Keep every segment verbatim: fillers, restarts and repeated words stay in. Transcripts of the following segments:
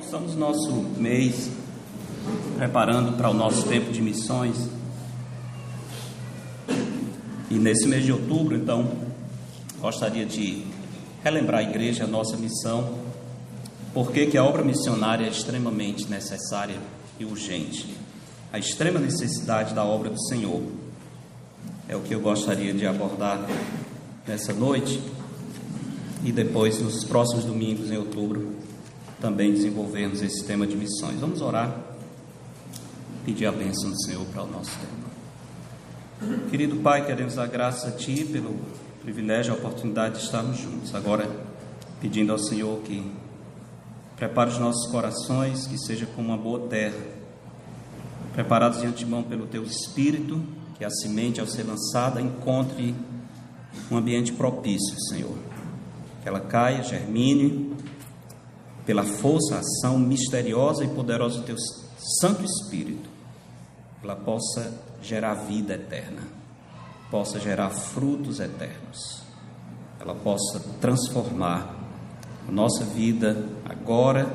Estamos no nosso mês, preparando para o nosso tempo de missões. E nesse mês de outubro, então, gostaria de relembrar a igreja a nossa missão, porque que a obra missionária é extremamente necessária e urgente. A extrema necessidade da obra do Senhor é o que eu gostaria de abordar nessa noite e depois, nos próximos domingos em outubro, também desenvolvermos esse tema de missões. Vamos orar, pedir a bênção do Senhor para o nosso tema. Querido Pai, queremos dar graça a Ti pelo privilégio e a oportunidade de estarmos juntos. Agora, pedindo ao Senhor que prepare os nossos corações, que seja como uma boa terra, preparados de antemão pelo Teu Espírito, que a semente, ao ser lançada, encontre um ambiente propício, Senhor. Que ela caia, germine, pela força, ação misteriosa e poderosa do Teu Santo Espírito, ela possa gerar vida eterna, possa gerar frutos eternos, ela possa transformar a nossa vida agora,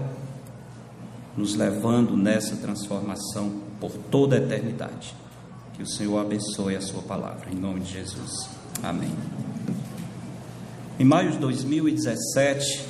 nos levando nessa transformação por toda a eternidade. Que o Senhor abençoe a sua palavra, em nome de Jesus. Amém. Em maio de dois mil e dezessete,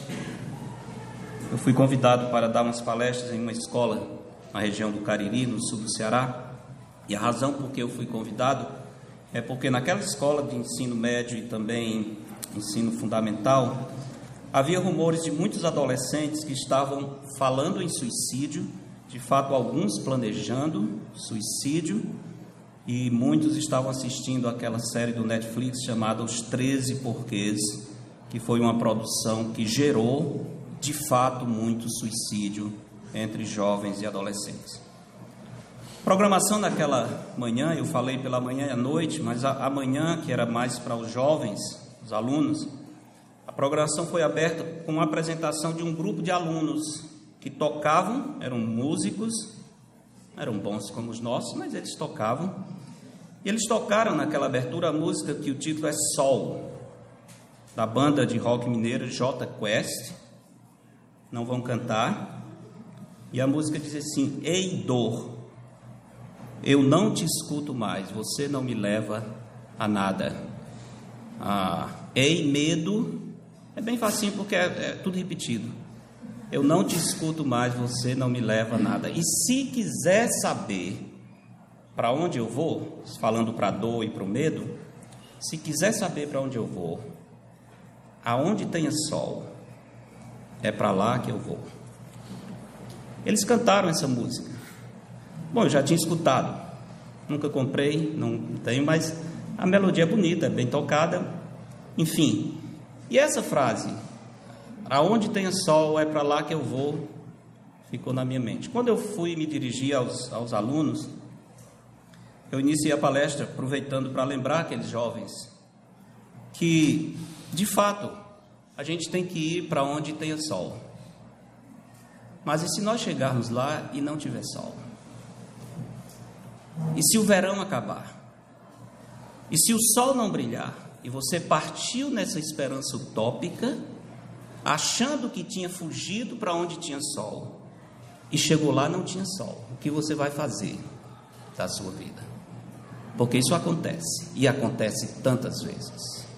eu fui convidado para dar umas palestras em uma escola na região do Cariri, no sul do Ceará. E a razão por que eu fui convidado é porque naquela escola de ensino médio e também ensino fundamental, havia rumores de muitos adolescentes que estavam falando em suicídio, de fato alguns planejando suicídio, e muitos estavam assistindo aquela série do Netflix chamada Os treze Porquês, que foi uma produção que gerou de fato muito suicídio entre jovens e adolescentes. Programação naquela manhã, eu falei pela manhã e à noite, mas a, a manhã, que era mais para os jovens, os alunos, a programação foi aberta com uma apresentação de um grupo de alunos que tocavam, eram músicos, eram bons como os nossos, mas eles tocavam, e eles tocaram naquela abertura a música que o título é Sol, da banda de rock mineira Jota Quest. Não vão cantar, e a música diz assim: ei dor, eu não te escuto mais, você não me leva a nada. Ah, ei medo, é bem facinho porque é, é tudo repetido. Eu não te escuto mais, você não me leva a nada. E se quiser saber para onde eu vou, falando para a dor e para o medo, se quiser saber para onde eu vou, aonde tenha sol, é para lá que eu vou. Eles cantaram essa música. Bom, eu já tinha escutado, nunca comprei, não tenho, mas a melodia é bonita, é bem tocada, enfim. E essa frase, aonde tenha sol, é para lá que eu vou, ficou na minha mente. Quando eu fui me dirigir aos, aos alunos, eu iniciei a palestra aproveitando para lembrar aqueles jovens que, de fato, a gente tem que ir para onde tenha sol. Mas e se nós chegarmos lá e não tiver sol? E se o verão acabar? E se o sol não brilhar? E você partiu nessa esperança utópica, achando que tinha fugido para onde tinha sol, e chegou lá e não tinha sol. O que você vai fazer da sua vida? Porque isso acontece, e acontece tantas vezes.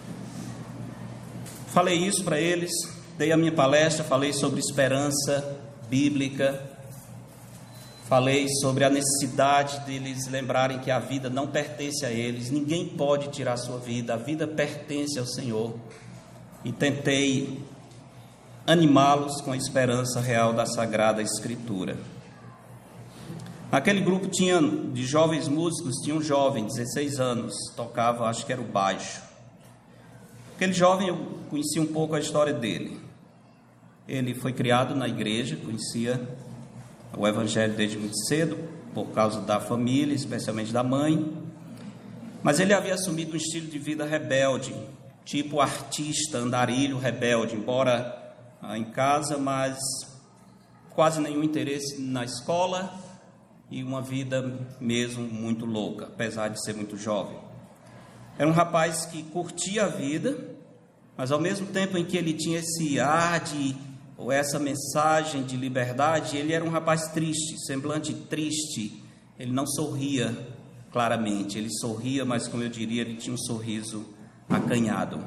Falei isso para eles, dei a minha palestra, falei sobre esperança bíblica, falei sobre a necessidade deles lembrarem que a vida não pertence a eles, ninguém pode tirar a sua vida, a vida pertence ao Senhor, e tentei animá-los com a esperança real da Sagrada Escritura. Naquele grupo tinha, de jovens músicos, tinha um jovem, dezesseis anos, tocava, acho que era o baixo. Aquele jovem, eu conheci um pouco a história dele. Ele foi criado na igreja, conhecia o evangelho desde muito cedo, por causa da família, especialmente da mãe. Mas ele havia assumido um estilo de vida rebelde, tipo artista, andarilho rebelde, embora ah, em casa, mas quase nenhum interesse na escola e uma vida mesmo muito louca, apesar de ser muito jovem. Era um rapaz que curtia a vida, mas ao mesmo tempo em que ele tinha esse ar de ou essa mensagem de liberdade, ele era um rapaz triste, semblante triste. Ele não sorria claramente, ele sorria, mas como eu diria, ele tinha um sorriso acanhado.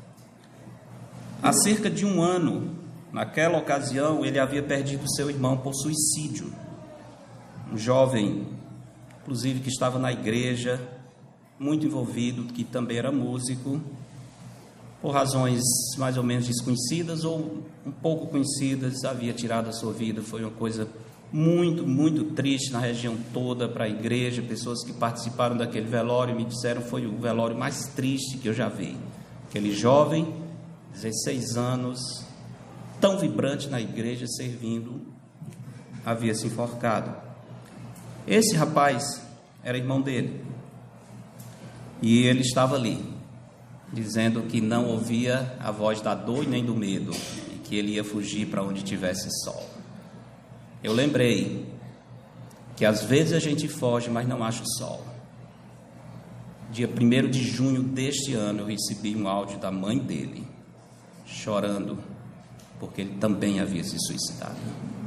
Há cerca de um ano, naquela ocasião, ele havia perdido seu irmão por suicídio. Um jovem, inclusive, que estava na igreja, muito envolvido, que também era músico, por razões mais ou menos desconhecidas ou um pouco conhecidas, havia tirado a sua vida. Foi uma coisa muito, muito triste na região toda, para a igreja. Pessoas que participaram daquele velório me disseram que foi o velório mais triste que eu já vi. Aquele jovem, dezesseis anos, tão vibrante na igreja, servindo, havia se enforcado. Esse rapaz era irmão dele, e ele estava ali, dizendo que não ouvia a voz da dor e nem do medo, e que ele ia fugir para onde tivesse sol. Eu lembrei que às vezes a gente foge, mas não acha o sol. Dia primeiro de junho deste ano, eu recebi um áudio da mãe dele, chorando, porque ele também havia se suicidado.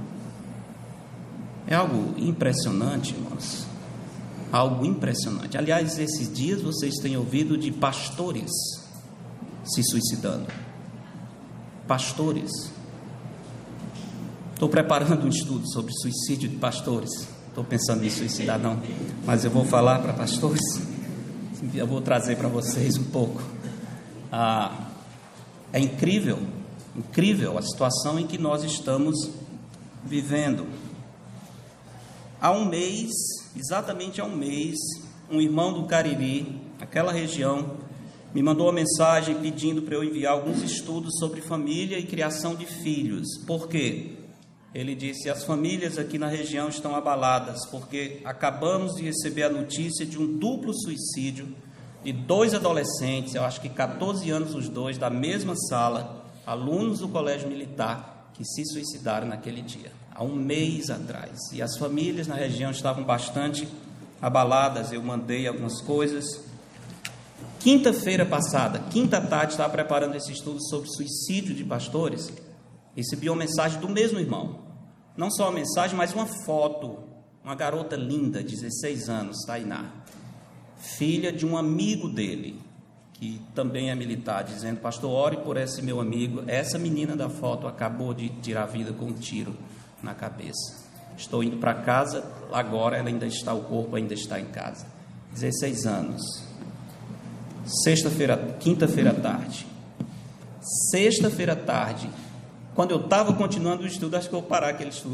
É algo impressionante, irmãos. Algo impressionante. Aliás, esses dias vocês têm ouvido de pastores se suicidando. Pastores. Estou preparando um estudo sobre suicídio de pastores. Estou pensando em suicidar, não. Mas eu vou falar para pastores. Eu vou trazer para vocês um pouco. Ah, é incrível, incrível a situação em que nós estamos vivendo. Há um mês, exatamente há um mês, um irmão do Cariri, aquela região, me mandou uma mensagem pedindo para eu enviar alguns estudos sobre família e criação de filhos. Por quê? Ele disse: as famílias aqui na região estão abaladas, porque acabamos de receber a notícia de um duplo suicídio de dois adolescentes, eu acho que catorze anos os dois, da mesma sala, alunos do colégio militar, que se suicidaram naquele dia, há um mês atrás. E as famílias na região estavam bastante abaladas. Eu mandei algumas coisas. Quinta-feira passada, quinta tarde, estava preparando esse estudo sobre suicídio de pastores. Recebi uma mensagem do mesmo irmão. Não só uma mensagem, mas uma foto. Uma garota linda, dezesseis anos, Tainá, filha de um amigo dele, que também é militar, dizendo: pastor, ore por esse meu amigo. Essa menina da foto acabou de tirar a vida com um tiro na cabeça. Estou indo para casa agora, ela ainda está, o corpo ainda está em casa. dezesseis anos. Sexta-feira, quinta-feira à tarde. Sexta-feira à tarde, quando eu estava continuando o estudo, acho que eu vou parar aquele estudo,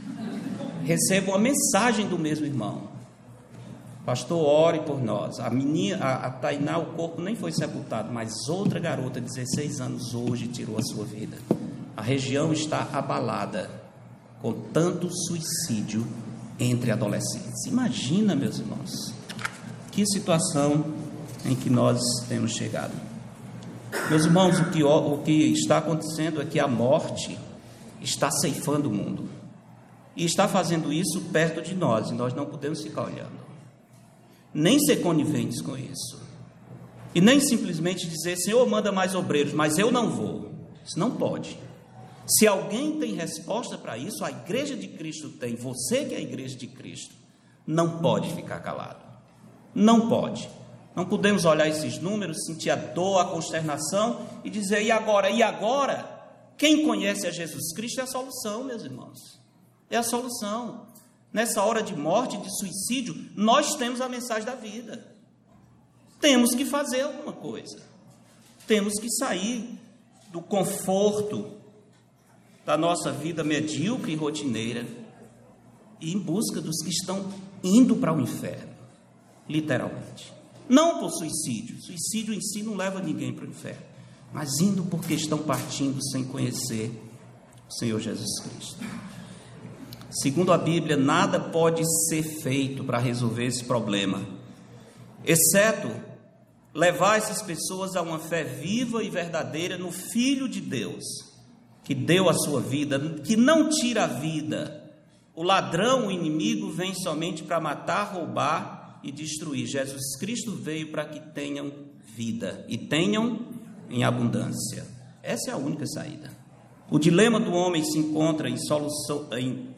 recebo uma mensagem do mesmo irmão: pastor, ore por nós. A menina, a, a Tainá, o corpo nem foi sepultado, mas outra garota, dezesseis anos, hoje tirou a sua vida. A região está abalada com tanto suicídio entre adolescentes. Imagina, meus irmãos, que situação em que nós temos chegado. Meus irmãos, o que, o que está acontecendo é que a morte está ceifando o mundo, e está fazendo isso perto de nós, e nós não podemos ficar olhando, nem ser coniventes com isso, e nem simplesmente dizer: Senhor, manda mais obreiros, mas eu não vou. Isso não pode. Se alguém tem resposta para isso, a igreja de Cristo tem. Você que é a igreja de Cristo não pode ficar calado, não pode. Não podemos olhar esses números, sentir a dor, a consternação e dizer: e agora? E agora? Quem conhece a Jesus Cristo é a solução, meus irmãos, é a solução. Nessa hora de morte, de suicídio, nós temos a mensagem da vida. Temos que fazer alguma coisa, temos que sair do conforto da nossa vida medíocre e rotineira e em busca dos que estão indo para o inferno, literalmente. Não por suicídio, suicídio em si não leva ninguém para o inferno, mas indo porque estão partindo sem conhecer o Senhor Jesus Cristo. Segundo a Bíblia, nada pode ser feito para resolver esse problema, exceto levar essas pessoas a uma fé viva e verdadeira no Filho de Deus, que deu a sua vida, que não tira a vida. O ladrão, o inimigo, vem somente para matar, roubar e destruir. Jesus Cristo veio para que tenham vida e tenham em abundância. Essa é a única saída. O dilema do homem se encontra em solução, em,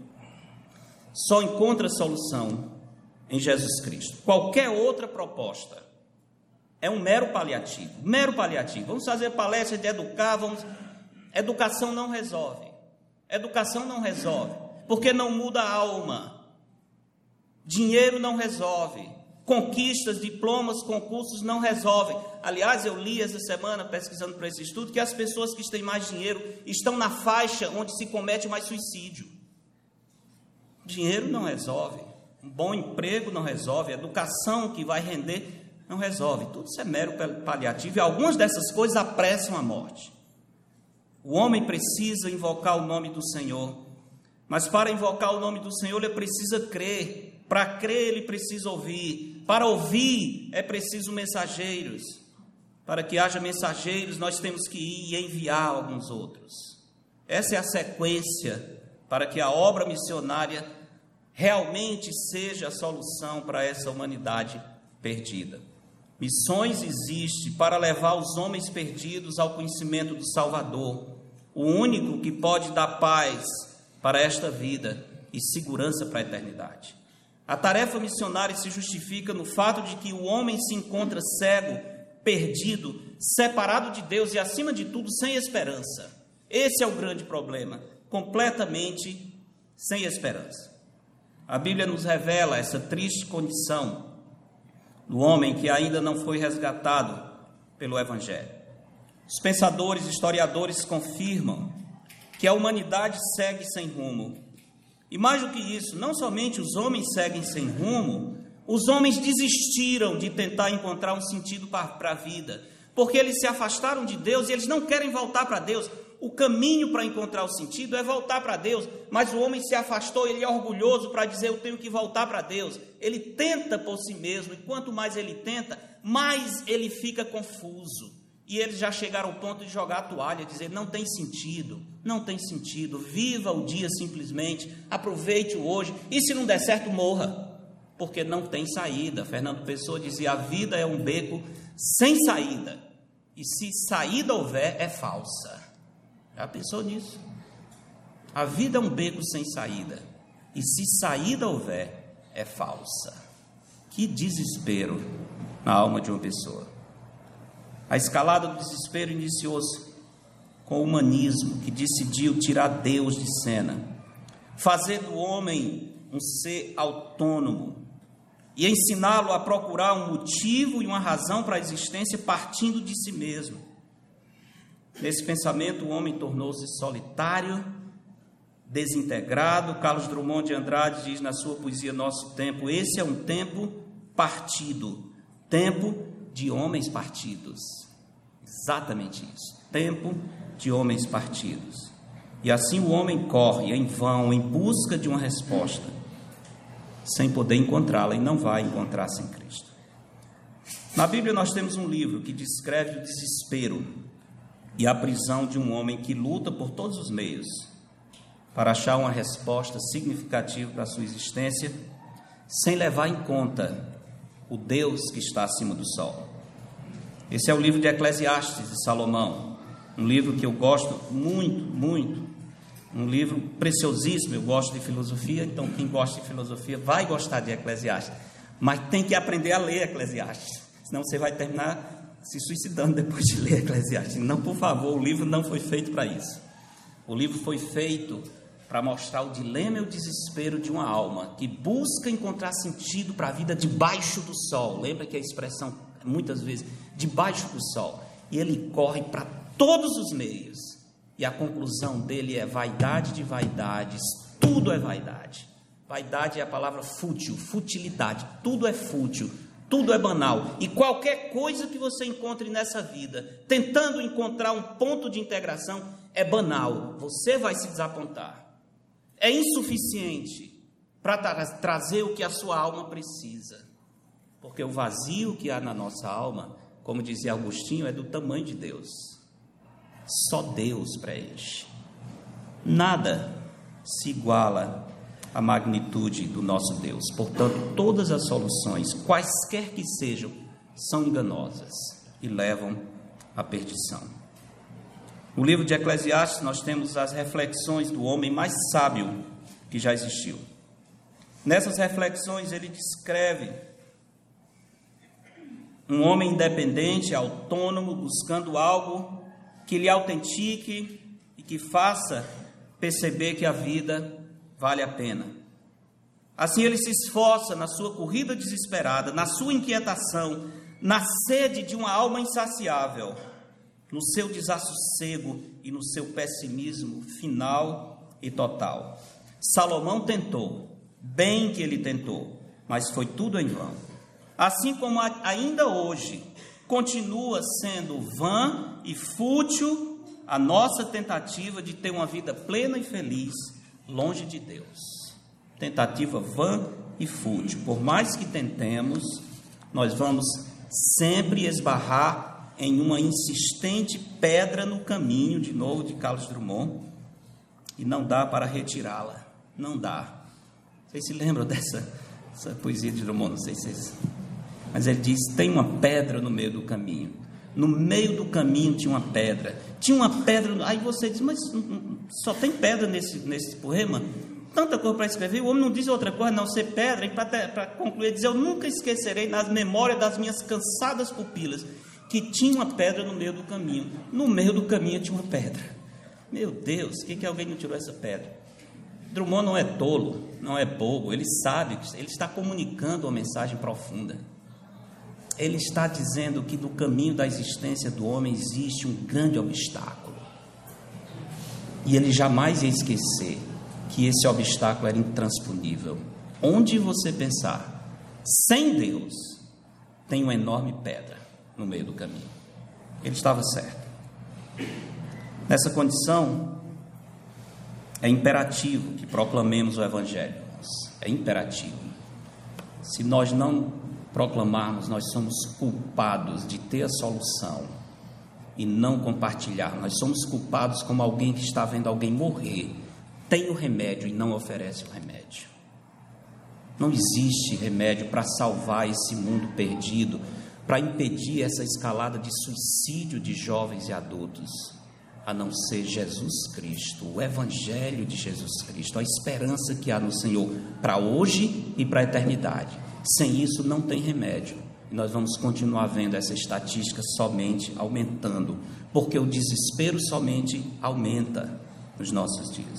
só encontra solução em Jesus Cristo. Qualquer outra proposta é um mero paliativo, mero paliativo. Vamos fazer palestra de educar, vamos... Educação não resolve. Educação não resolve, porque não muda a alma. Dinheiro não resolve. Conquistas, diplomas, concursos não resolvem. Aliás, eu li essa semana, pesquisando para esse estudo, que as pessoas que têm mais dinheiro estão na faixa onde se comete mais suicídio. Dinheiro não resolve. Um bom emprego não resolve. Educação que vai render não resolve. Tudo isso é mero paliativo e algumas dessas coisas apressam a morte. O homem precisa invocar o nome do Senhor, mas para invocar o nome do Senhor ele precisa crer. Para crer ele precisa ouvir. Para ouvir é preciso mensageiros. Para que haja mensageiros nós temos que ir e enviar alguns outros. Essa é a sequência para que a obra missionária realmente seja a solução para essa humanidade perdida. Missões existe para levar os homens perdidos ao conhecimento do Salvador, o único que pode dar paz para esta vida e segurança para a eternidade. A tarefa missionária se justifica no fato de que o homem se encontra cego, perdido, separado de Deus e, acima de tudo, sem esperança. Esse é o grande problema, completamente sem esperança. A Bíblia nos revela essa triste condição do homem que ainda não foi resgatado pelo Evangelho. Os pensadores, historiadores confirmam que a humanidade segue sem rumo. E mais do que isso, não somente os homens seguem sem rumo, os homens desistiram de tentar encontrar um sentido para a vida, porque eles se afastaram de Deus e eles não querem voltar para Deus. O caminho para encontrar o sentido é voltar para Deus, mas o homem se afastou, ele é orgulhoso para dizer eu tenho que voltar para Deus. Ele tenta por si mesmo, e quanto mais ele tenta, mais ele fica confuso. E eles já chegaram ao ponto de jogar a toalha, dizer não tem sentido, não tem sentido, viva o dia simplesmente, aproveite o hoje, e se não der certo, morra, porque não tem saída. Fernando Pessoa dizia, a vida é um beco sem saída, e se saída houver, é falsa. Já pensou nisso? A vida é um beco sem saída, e se saída houver, é falsa. Que desespero na alma de uma pessoa. A escalada do desespero iniciou-se com o humanismo, que decidiu tirar Deus de cena, fazer do homem um ser autônomo e ensiná-lo a procurar um motivo e uma razão para a existência partindo de si mesmo. Nesse pensamento, o homem tornou-se solitário, desintegrado. Carlos Drummond de Andrade diz na sua poesia Nosso Tempo, esse é um tempo partido, tempo de homens partidos. Exatamente isso, tempo de homens partidos. E assim o homem corre em vão, em busca de uma resposta, sem poder encontrá-la, e não vai encontrar sem Cristo. Na Bíblia nós temos um livro que descreve o desespero e a prisão de um homem que luta por todos os meios para achar uma resposta significativa para a sua existência, sem levar em conta o Deus que está acima do sol. Esse é o livro de Eclesiastes de Salomão, um livro que eu gosto muito, muito, um livro preciosíssimo. Eu gosto de filosofia, então quem gosta de filosofia vai gostar de Eclesiastes, mas tem que aprender a ler Eclesiastes, senão você vai terminar se suicidando depois de ler Eclesiastes. Não, por favor, o livro não foi feito para isso. O livro foi feito para mostrar o dilema e o desespero de uma alma que busca encontrar sentido para a vida debaixo do sol. Lembra que a expressão, muitas vezes, debaixo do sol. E ele corre para todos os meios. E a conclusão dele é vaidade de vaidades. Tudo é vaidade. Vaidade é a palavra fútil, futilidade. Tudo é fútil, tudo é banal. E qualquer coisa que você encontre nessa vida, tentando encontrar um ponto de integração, é banal. Você vai se desapontar. É insuficiente para tra- trazer o que a sua alma precisa. Porque o vazio que há na nossa alma, como dizia Agostinho, é do tamanho de Deus. Só Deus preenche. Nada se iguala à magnitude do nosso Deus. Portanto, todas as soluções, quaisquer que sejam, são enganosas e levam à perdição. No livro de Eclesiastes, nós temos as reflexões do homem mais sábio que já existiu. Nessas reflexões, ele descreve um homem independente, autônomo, buscando algo que lhe autentique e que faça perceber que a vida vale a pena. Assim, ele se esforça na sua corrida desesperada, na sua inquietação, na sede de uma alma insaciável, no seu desassossego e no seu pessimismo final e total. Salomão tentou, bem que ele tentou, mas foi tudo em vão. Assim como ainda hoje continua sendo vã e fútil a nossa tentativa de ter uma vida plena e feliz longe de Deus. Tentativa vã e fútil. Por mais que tentemos, nós vamos sempre esbarrar em uma insistente pedra no caminho, de novo de Carlos Drummond, e não dá para retirá-la, não dá. Vocês se lembram dessa essa poesia de Drummond? Não sei se vocês... Mas ele diz, tem uma pedra no meio do caminho. No meio do caminho tinha uma pedra. Tinha uma pedra... Aí você diz, mas só tem pedra nesse, nesse poema? Tanta coisa para escrever. O homem não diz outra coisa, não ser pedra. E para concluir, diz, eu nunca esquecerei nas memórias das minhas cansadas pupilas que tinha uma pedra no meio do caminho. No meio do caminho tinha uma pedra. Meu Deus, o que, que alguém não tirou essa pedra? Drummond não é tolo, não é bobo, ele sabe, ele está comunicando uma mensagem profunda. Ele está dizendo que no caminho da existência do homem existe um grande obstáculo. E ele jamais ia esquecer que esse obstáculo era intransponível. Onde você pensar, sem Deus, tem uma enorme pedra no meio do caminho. Ele estava certo. Nessa condição, é imperativo que proclamemos o Evangelho. É imperativo. Se nós não proclamarmos, nós somos culpados de ter a solução e não compartilhar. Nós somos culpados como alguém que está vendo alguém morrer, tem o remédio e não oferece o remédio. Não existe remédio para salvar esse mundo perdido, para impedir essa escalada de suicídio de jovens e adultos, a não ser Jesus Cristo, o Evangelho de Jesus Cristo, a esperança que há no Senhor para hoje e para a eternidade. Sem isso não tem remédio, e nós vamos continuar vendo essa estatística somente aumentando, porque o desespero somente aumenta nos nossos dias.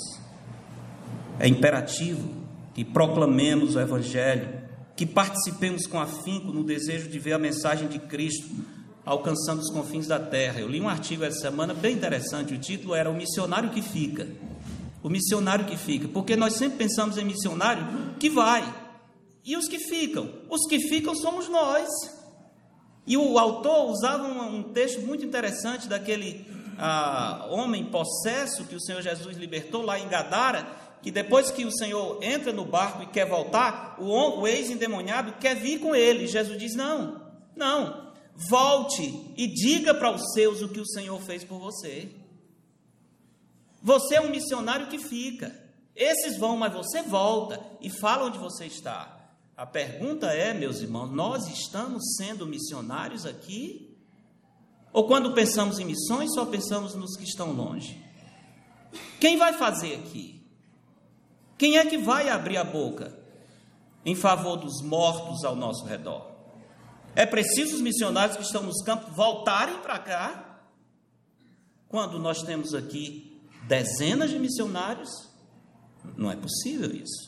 É imperativo que proclamemos o Evangelho, que participemos com afinco no desejo de ver a mensagem de Cristo alcançando os confins da terra. Eu li um artigo essa semana bem interessante, o título era O Missionário que Fica. O missionário que fica, porque nós sempre pensamos em missionário que vai, e os que ficam? Os que ficam somos nós. E o autor usava um, um texto muito interessante daquele ah, homem possesso que o Senhor Jesus libertou lá em Gadara, que depois que o Senhor entra no barco e quer voltar, o, o ex-endemoniado quer vir com ele. Jesus diz, não, não, volte e diga para os seus o que o Senhor fez por você. Você é um missionário que fica. Esses vão, mas você volta e fala onde você está. A pergunta é, meus irmãos, nós estamos sendo missionários aqui? Ou quando pensamos em missões, só pensamos nos que estão longe? Quem vai fazer aqui? Quem é que vai abrir a boca em favor dos mortos ao nosso redor? É preciso os missionários que estão nos campos voltarem para cá? Quando nós temos aqui dezenas de missionários? Não é possível isso.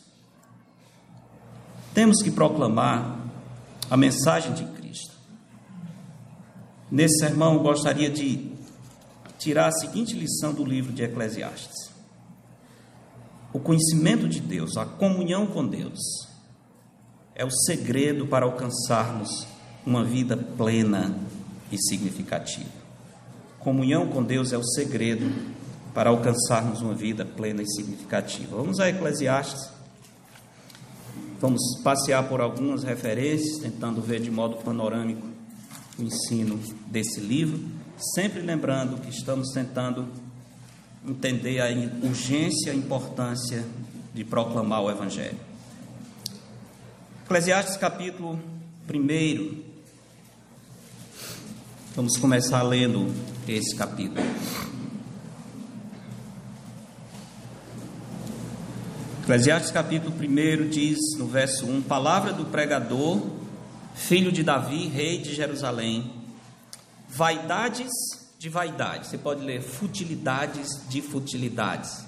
Temos que proclamar a mensagem de Cristo. Nesse sermão, eu gostaria de tirar a seguinte lição do livro de Eclesiastes. O conhecimento de Deus, a comunhão com Deus, é o segredo para alcançarmos uma vida plena e significativa. Comunhão com Deus é o segredo para alcançarmos uma vida plena e significativa. Vamos a Eclesiastes. Vamos passear por algumas referências, tentando ver de modo panorâmico o ensino desse livro, sempre lembrando que estamos tentando entender a urgência e a importância de proclamar o Evangelho. Eclesiastes capítulo um. Vamos começar lendo esse capítulo. Eclesiastes capítulo um diz no verso um: palavra do pregador, filho de Davi, rei de Jerusalém, vaidades de vaidades. Você pode ler futilidades de futilidades,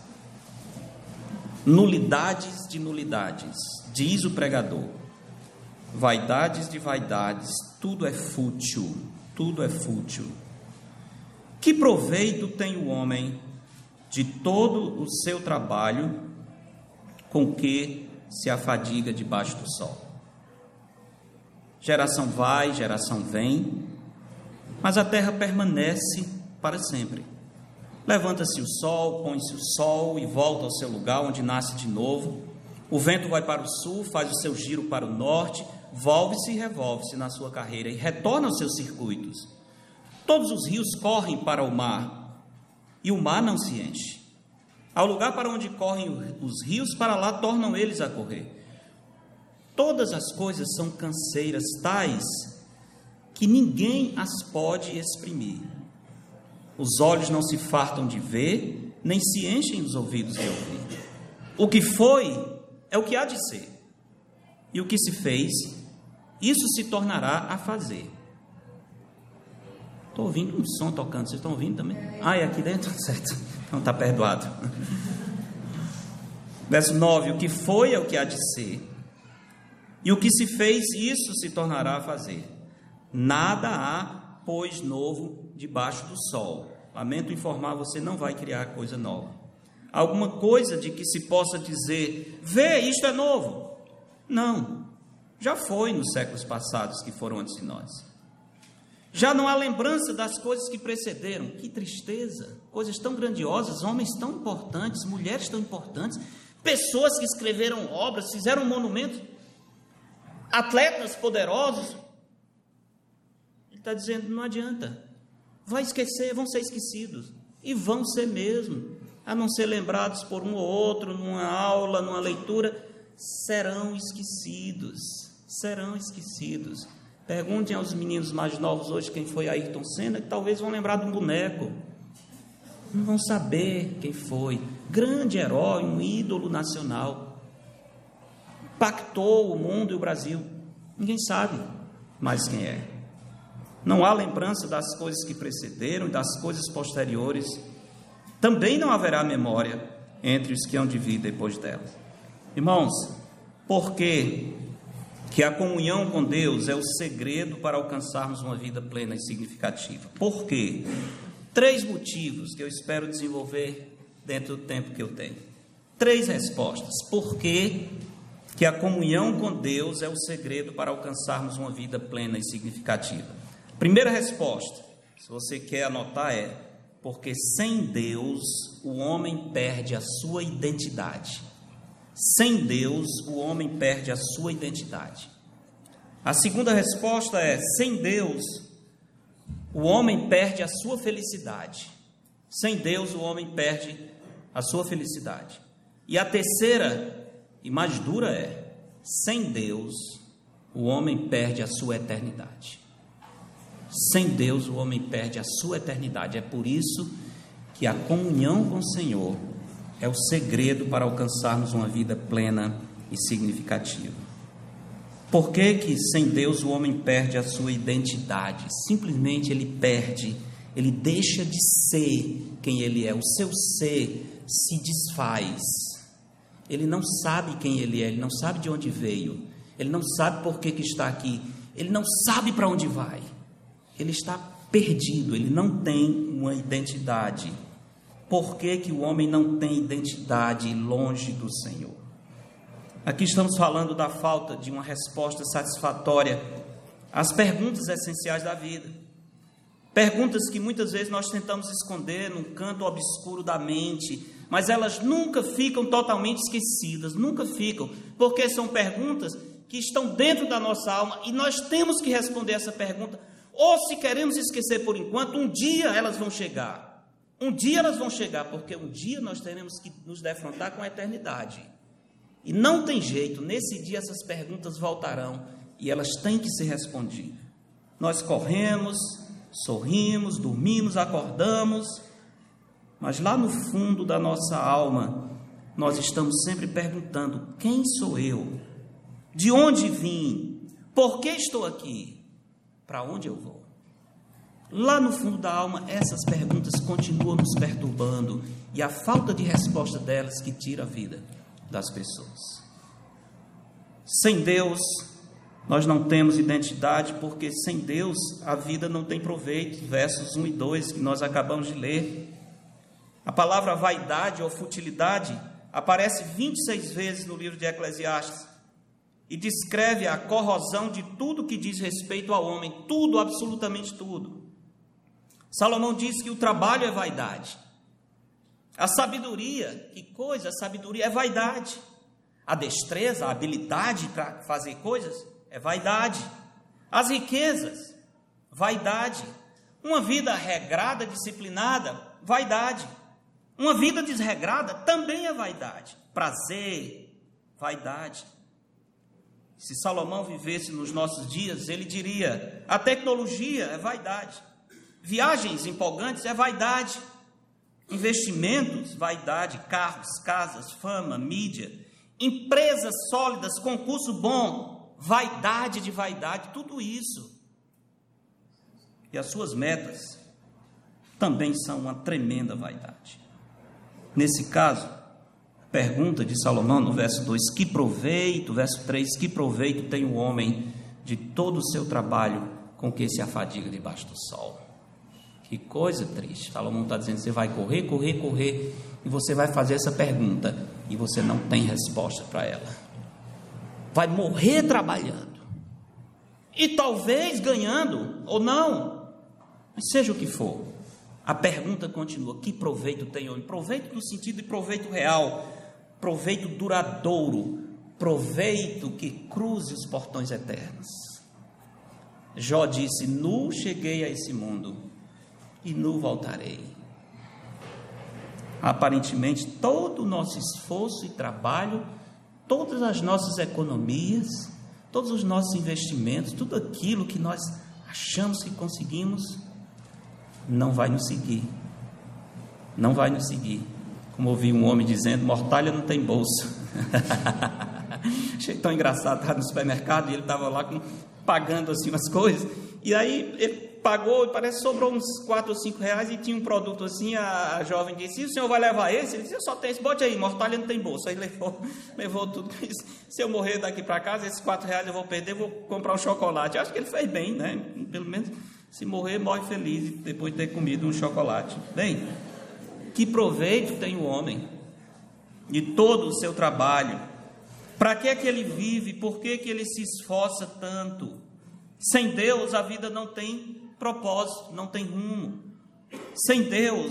nulidades de nulidades, diz o pregador. Vaidades de vaidades, tudo é fútil, tudo é fútil. Que proveito tem o homem de todo o seu trabalho com que se afadiga debaixo do sol? Geração vai, geração vem, mas a terra permanece para sempre. Levanta-se o sol, põe-se o sol e volta ao seu lugar, onde nasce de novo. O vento vai para o sul, faz o seu giro para o norte, volve-se e revolve-se na sua carreira e retorna aos seus circuitos. Todos os rios correm para o mar, e o mar não se enche. Ao lugar para onde correm os rios, para lá tornam eles a correr. Todas as coisas são canseiras, tais que ninguém as pode exprimir. Os olhos não se fartam de ver, nem se enchem os ouvidos de ouvir. O que foi é o que há de ser, e o que se fez, isso se tornará a fazer. Estou ouvindo um som tocando, vocês estão ouvindo também? Ah, é aqui dentro? Certo, então está perdoado. Verso nove: o que foi é o que há de ser, e o que se fez, isso se tornará a fazer. Nada há, pois, novo debaixo do sol. Lamento informar, você não vai criar coisa nova. Alguma coisa de que se possa dizer, vê, isto é novo. Não, já foi nos séculos passados que foram antes de nós. Já não há lembrança das coisas que precederam. Que tristeza, coisas tão grandiosas, homens tão importantes, mulheres tão importantes, pessoas que escreveram obras, fizeram monumentos, atletas poderosos. Ele está dizendo, não adianta, vai esquecer, vão ser esquecidos, e vão ser mesmo, a não ser lembrados por um ou outro, numa aula, numa leitura, serão esquecidos, serão esquecidos. Perguntem aos meninos mais novos hoje quem foi Ayrton Senna, que talvez vão lembrar de um boneco, não vão saber quem foi. Grande herói, um ídolo nacional, impactou o mundo e o Brasil, ninguém sabe mais quem é. Não há lembrança das coisas que precederam e das coisas posteriores. Também não haverá memória entre os que hão de vir depois delas. Irmãos, por que que a comunhão com Deus é o segredo para alcançarmos uma vida plena e significativa? Por quê? Três motivos que eu espero desenvolver dentro do tempo que eu tenho. Três respostas. Por que que a comunhão com Deus é o segredo para alcançarmos uma vida plena e significativa? Primeira resposta, se você quer anotar, é porque sem Deus o homem perde a sua identidade. Sem Deus o homem perde a sua identidade. A segunda resposta é: sem Deus o homem perde a sua felicidade. Sem Deus o homem perde a sua felicidade. E a terceira e mais dura é: sem Deus o homem perde a sua eternidade. Sem Deus o homem perde a sua eternidade. É por isso que a comunhão com o Senhor é o segredo para alcançarmos uma vida plena e significativa. Por que que sem Deus o homem perde a sua identidade? Simplesmente ele perde, ele deixa de ser quem ele é. O seu ser se desfaz. Ele não sabe quem ele é, ele não sabe de onde veio, ele não sabe por que que está aqui, ele não sabe para onde vai. Ele está perdido, ele não tem uma identidade. Por que que o homem não tem identidade longe do Senhor? Aqui estamos falando da falta de uma resposta satisfatória às perguntas essenciais da vida. Perguntas que muitas vezes nós tentamos esconder num canto obscuro da mente, mas elas nunca ficam totalmente esquecidas, nunca ficam, porque são perguntas que estão dentro da nossa alma e nós temos que responder essa pergunta. Ou se queremos esquecer por enquanto, um dia elas vão chegar. Um dia elas vão chegar, porque um dia nós teremos que nos defrontar com a eternidade. E não tem jeito, nesse dia essas perguntas voltarão e elas têm que ser respondidas. Nós corremos, sorrimos, dormimos, acordamos, mas lá no fundo da nossa alma nós estamos sempre perguntando: quem sou eu? De onde vim? Por que estou aqui? Para onde eu vou? Lá no fundo da alma, essas perguntas continuam nos perturbando, e a falta de resposta delas que tira a vida das pessoas. Sem Deus, nós não temos identidade, porque sem Deus a vida não tem proveito. Versos um e dois que nós acabamos de ler. A palavra vaidade ou futilidade aparece vinte e seis vezes no livro de Eclesiastes e descreve a corrosão de tudo que diz respeito ao homem, tudo, absolutamente tudo. Salomão diz que o trabalho é vaidade. A sabedoria, que coisa, a sabedoria é vaidade. A destreza, a habilidade para fazer coisas é vaidade. As riquezas, vaidade. Uma vida regrada, disciplinada, vaidade. Uma vida desregrada também é vaidade. Prazer, vaidade. Se Salomão vivesse nos nossos dias, ele diria: a tecnologia é vaidade. Viagens empolgantes é vaidade. Investimentos, vaidade. Carros, casas, fama, mídia. Empresas sólidas, concurso bom, vaidade de vaidade, tudo isso. E as suas metas também são uma tremenda vaidade. Nesse caso, pergunta de Salomão no verso dois: que proveito, verso três, que proveito tem o homem de todo o seu trabalho com que se afadiga debaixo do sol? Que coisa triste. Salomão está dizendo: você vai correr, correr, correr, e você vai fazer essa pergunta, e você não tem resposta para ela. Vai morrer trabalhando, e talvez ganhando, ou não, mas seja o que for, a pergunta continua: que proveito tem o homem? Proveito no sentido de proveito real, proveito duradouro, proveito que cruze os portões eternos. Jó disse: nu cheguei a esse mundo, e nu voltarei. Aparentemente, todo o nosso esforço e trabalho, todas as nossas economias, todos os nossos investimentos, tudo aquilo que nós achamos que conseguimos, não vai nos seguir. Não vai nos seguir. Como ouvi um homem dizendo: mortalha não tem bolso. Achei tão engraçado. Estava no supermercado e ele estava lá com, pagando assim umas coisas, e aí ele pagou e parece que sobrou uns quatro ou cinco reais e tinha um produto assim. A, a jovem disse: e o senhor vai levar esse? Ele disse: eu só tenho esse, bote aí, mortalha não tem bolsa. Aí levou, levou tudo. Se eu morrer daqui para casa, esses quatro reais eu vou perder, vou comprar um chocolate. Eu acho que ele fez bem, né? Pelo menos, se morrer, morre feliz depois de ter comido um chocolate. Bem, que proveito tem o homem de todo o seu trabalho? Para que é que ele vive? Por que que ele se esforça tanto? Sem Deus a vida não tem propósito, não tem rumo. Sem Deus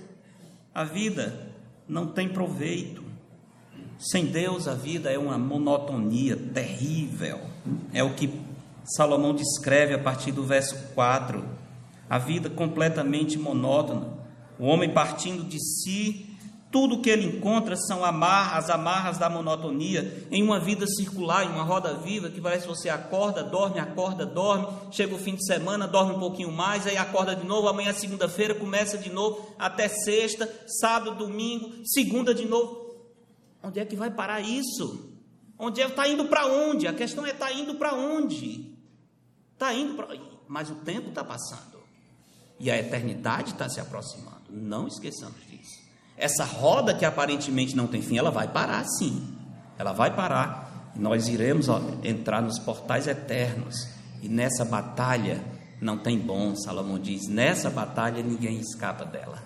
a vida não tem proveito. Sem Deus a vida é uma monotonia terrível. É o que Salomão descreve a partir do verso quatro. A vida completamente monótona. O homem partindo de si, tudo que ele encontra são amarras, as amarras da monotonia, em uma vida circular, em uma roda viva, que parece que você acorda, dorme, acorda, dorme, chega o fim de semana, dorme um pouquinho mais, aí acorda de novo, amanhã é segunda-feira, começa de novo, até sexta, sábado, domingo, segunda de novo. Onde é que vai parar isso? Onde é que está indo para onde? A questão é: está indo para onde? Está indo para... Mas o tempo está passando, e a eternidade está se aproximando, não esqueçamos disso. Essa roda que aparentemente não tem fim, ela vai parar sim, ela vai parar, e nós iremos ó, entrar nos portais eternos, e nessa batalha não tem bom. Salomão diz: nessa batalha ninguém escapa dela.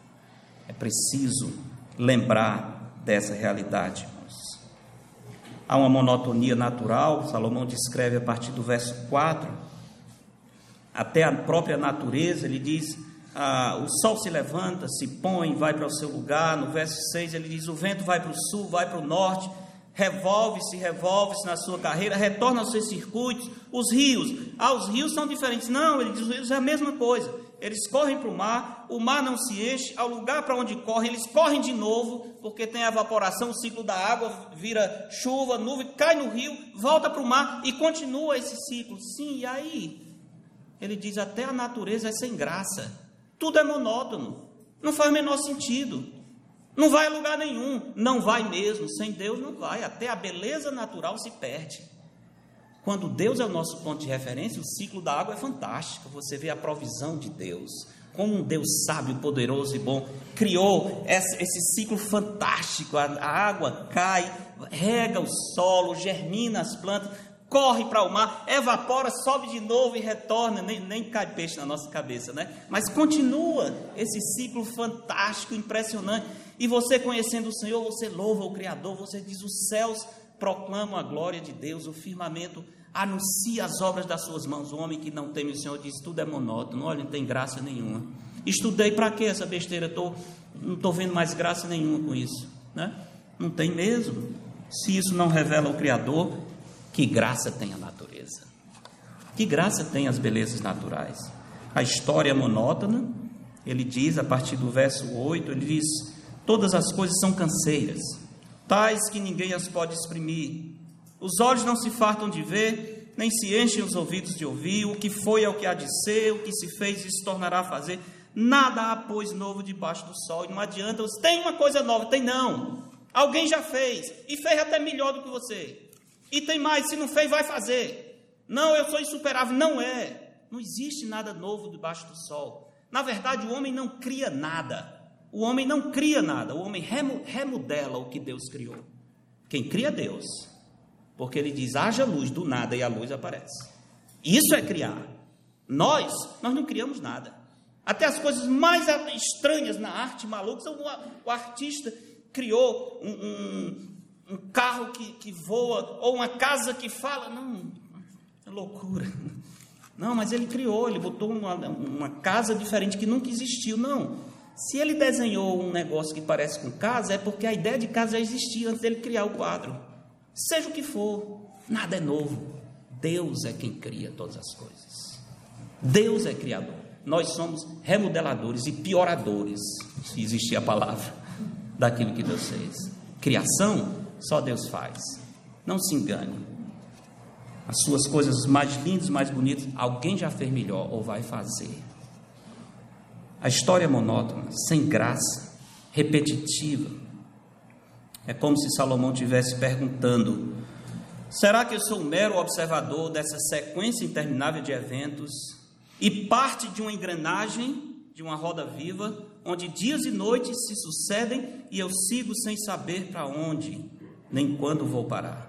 É preciso lembrar dessa realidade, irmãos. Há uma monotonia natural. Salomão descreve a partir do verso quatro, até a própria natureza. Ele diz: Ah, o sol se levanta, se põe, vai para o seu lugar. No verso seis ele diz: o vento vai para o sul, vai para o norte, revolve-se, revolve-se na sua carreira, retorna aos seus circuitos. Os rios, ah, os rios são diferentes. Não, ele diz: os rios é a mesma coisa. Eles correm para o mar, o mar não se enche, ao lugar para onde correm, eles correm de novo, porque tem a evaporação, o ciclo da água, vira chuva, nuvem, cai no rio, volta para o mar e continua esse ciclo. Sim, e aí? Ele diz: até a natureza é sem graça. Tudo é monótono, não faz o menor sentido. Não vai a lugar nenhum, não vai mesmo, sem Deus não vai, até a beleza natural se perde. Quando Deus é o nosso ponto de referência, o ciclo da água é fantástico, você vê a provisão de Deus, como um Deus sábio, poderoso e bom, criou esse ciclo fantástico, a água cai, rega o solo, germina as plantas, corre para o mar, evapora, sobe de novo e retorna, nem, nem cai peixe na nossa cabeça, né? Mas continua esse ciclo fantástico, impressionante, e você conhecendo o Senhor, você louva o Criador, você diz, os céus proclamam a glória de Deus, o firmamento anuncia as obras das suas mãos. O homem que não teme o Senhor diz, tudo é monótono, olha, não tem graça nenhuma. Estudei para quê essa besteira? Tô, não estou vendo mais graça nenhuma com isso, né? Não tem mesmo. Se isso não revela o Criador, que graça tem a natureza? Que graça tem as belezas naturais? A história é monótona. Ele diz, a partir do verso oito, ele diz, todas as coisas são canseiras, tais que ninguém as pode exprimir. Os olhos não se fartam de ver, nem se enchem os ouvidos de ouvir. O que foi é o que há de ser, o que se fez e se tornará a fazer. Nada há, pois, novo debaixo do sol. E não adianta, tem uma coisa nova, tem não. Alguém já fez, e fez até melhor do que você. E tem mais, se não fez, vai fazer. Não, eu sou insuperável. Não é. Não existe nada novo debaixo do sol. Na verdade, o homem não cria nada. O homem não cria nada. O homem remodela o que Deus criou. Quem cria é Deus. Porque ele diz, haja luz, do nada, e a luz aparece. Isso é criar. Nós, nós não criamos nada. Até as coisas mais estranhas na arte maluca, o, o artista criou um... um um carro que, que voa, ou uma casa que fala, não, é loucura. Não, mas ele criou, ele botou uma, uma casa diferente que nunca existiu. Não, se ele desenhou um negócio que parece com casa, é porque a ideia de casa já existia antes dele criar o quadro. Seja o que for, nada é novo. Deus é quem cria todas as coisas. Deus é criador. Nós somos remodeladores e pioradores, se existir a palavra, daquilo que Deus fez. Criação, só Deus faz. Não se engane. As suas coisas mais lindas, mais bonitas, alguém já fez melhor ou vai fazer. A história é monótona, sem graça, repetitiva. É como se Salomão estivesse perguntando, será que eu sou um mero observador dessa sequência interminável de eventos e parte de uma engrenagem, de uma roda viva, onde dias e noites se sucedem e eu sigo sem saber para onde, nem quando vou parar?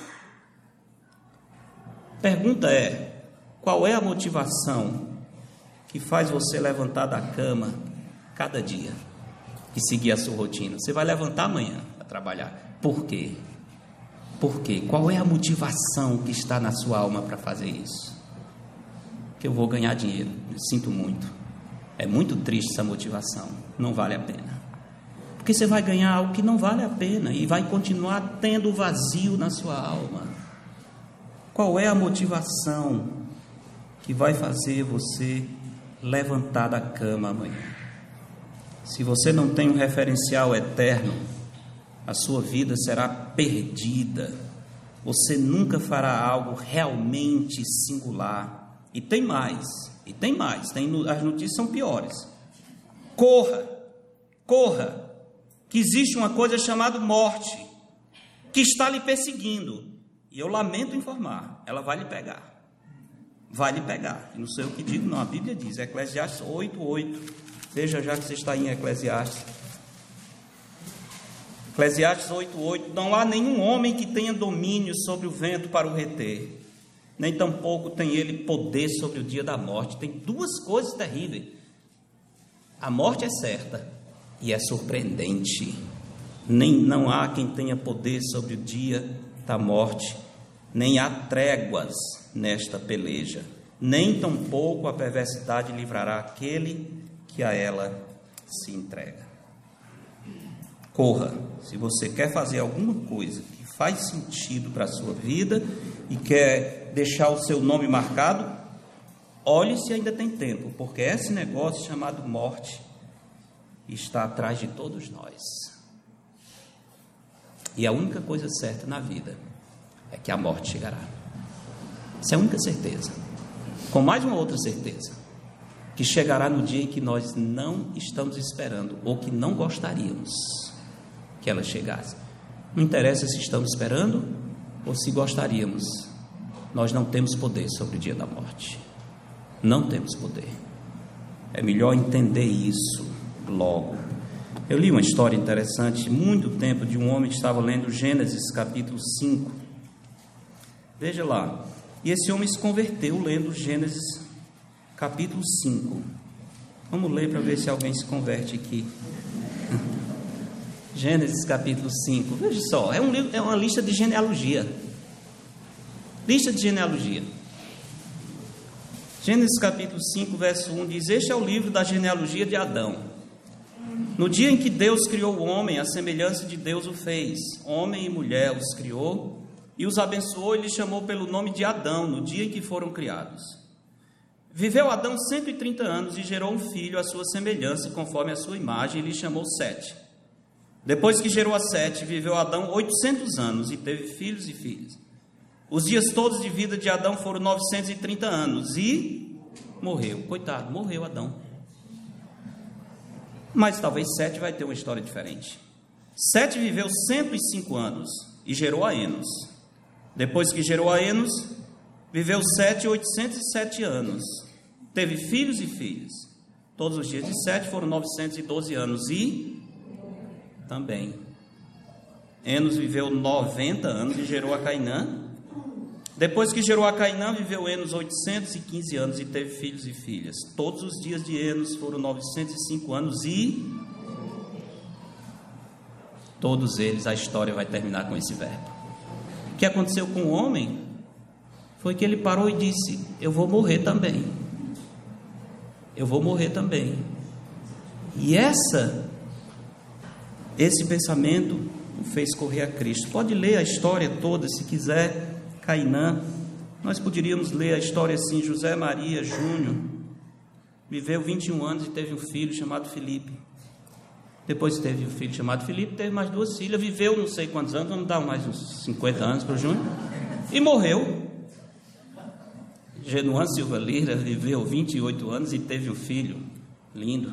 Pergunta é, qual é a motivação que faz você levantar da cama cada dia e seguir a sua rotina? Você vai levantar amanhã para trabalhar. Por quê? Por quê? Qual é a motivação que está na sua alma para fazer isso? Que eu vou ganhar dinheiro, eu sinto muito. É muito triste essa motivação, não vale a pena. Porque você vai ganhar algo que não vale a pena e vai continuar tendo vazio na sua alma. Qual é a motivação que vai fazer você levantar da cama amanhã? Se você não tem um referencial eterno, a sua vida será perdida. Você nunca fará algo realmente singular. E tem mais, e tem mais, tem, as notícias são piores. Corra, corra. Que existe uma coisa chamada morte, que está lhe perseguindo, e eu lamento informar, ela vai lhe pegar, vai lhe pegar, e não sei o que digo não, a Bíblia diz, Eclesiastes oito, oito, veja já que você está em Eclesiastes, Eclesiastes oito, oito, não há nenhum homem que tenha domínio sobre o vento para o reter, nem tampouco tem ele poder sobre o dia da morte. Tem duas coisas terríveis, a morte é certa, e é surpreendente, nem não há quem tenha poder sobre o dia da morte, nem há tréguas nesta peleja, nem tampouco a perversidade livrará aquele que a ela se entrega. Corra, se você quer fazer alguma coisa que faz sentido para a sua vida e quer deixar o seu nome marcado, olhe se ainda tem tempo, porque esse negócio chamado morte está atrás de todos nós. E a única coisa certa na vida é que a morte chegará. Essa é a única certeza. Com mais uma outra certeza, que chegará no dia em que nós não estamos esperando, ou que não gostaríamos. que ela chegasse. Não interessa se estamos esperando ou se gostaríamos. Nós não temos poder sobre o dia da morte. Não temos poder. É melhor entender isso logo. Eu li uma história interessante, muito tempo, de um homem que estava lendo Gênesis capítulo cinco. Veja lá. E esse homem se converteu lendo Gênesis capítulo cinco. Vamos ler para ver se alguém se converte aqui. Gênesis capítulo cinco. Veja só, é, um, é uma lista de genealogia. Lista de genealogia. Gênesis capítulo cinco, verso um diz: este é o livro da genealogia de Adão. No dia em que Deus criou o homem, a semelhança de Deus o fez. Homem e mulher os criou e os abençoou e lhes chamou pelo nome de Adão, no dia em que foram criados. Viveu Adão cento e trinta anos e gerou um filho à sua semelhança, conforme a sua imagem, e lhe chamou Sete. Depois que gerou a Sete, viveu Adão oitocentos anos e teve filhos e filhas. Os dias todos de vida de Adão foram novecentos e trinta anos e morreu. Coitado, morreu Adão. Mas talvez Sete vai ter uma história diferente. Sete viveu cento e cinco anos e gerou a Enos. Depois que gerou a Enos, viveu Sete oitocentos e sete anos. Teve filhos e filhas. Todos os dias de Sete foram novecentos e doze anos e também Enos viveu noventa anos e gerou a Cainã. Depois que gerou a Cainã, viveu Enos oitocentos e quinze anos e teve filhos e filhas. Todos os dias de Enos foram novecentos e cinco anos e todos eles, a história vai terminar com esse verbo. O que aconteceu com o homem foi que ele parou e disse: eu vou morrer também. Eu vou morrer também. E essa, esse pensamento o fez correr a Cristo. Pode ler a história toda, se quiser. Cainã, nós poderíamos ler a história assim: José Maria Júnior viveu vinte e um anos e teve um filho chamado Felipe. Depois teve um filho chamado Felipe, teve mais duas filhas, viveu não sei quantos anos, vamos dar mais uns cinquenta anos para o Júnior, e morreu. Genuan Silva Lira viveu vinte e oito anos e teve um filho lindo.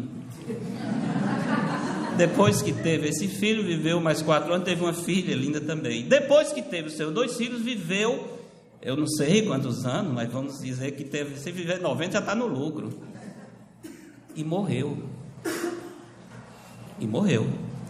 Depois que teve esse filho, viveu mais quatro anos, teve uma filha linda também. Depois que teve os seus dois filhos, viveu, eu não sei quantos anos, mas vamos dizer que teve, se viver noventa, já está no lucro. E morreu. E morreu.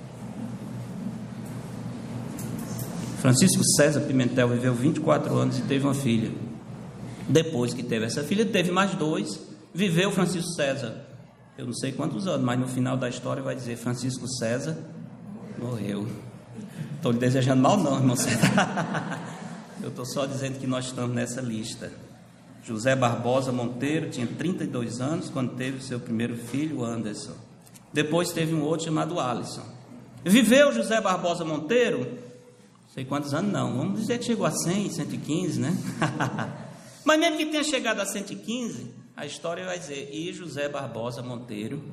Francisco César Pimentel viveu vinte e quatro anos e teve uma filha. Depois que teve essa filha, teve mais dois. Viveu Francisco César, eu não sei quantos anos, mas no final da história vai dizer: Francisco César morreu. Estou lhe desejando mal não, irmão César. Eu estou só dizendo que nós estamos nessa lista. José Barbosa Monteiro tinha trinta e dois anos quando teve o seu primeiro filho, Anderson. Depois teve um outro chamado Alisson. Viveu José Barbosa Monteiro, não sei quantos anos não, vamos dizer que chegou a cem, cento e quinze, né? Mas mesmo que tenha chegado a cento e quinze, a história vai dizer: e José Barbosa Monteiro.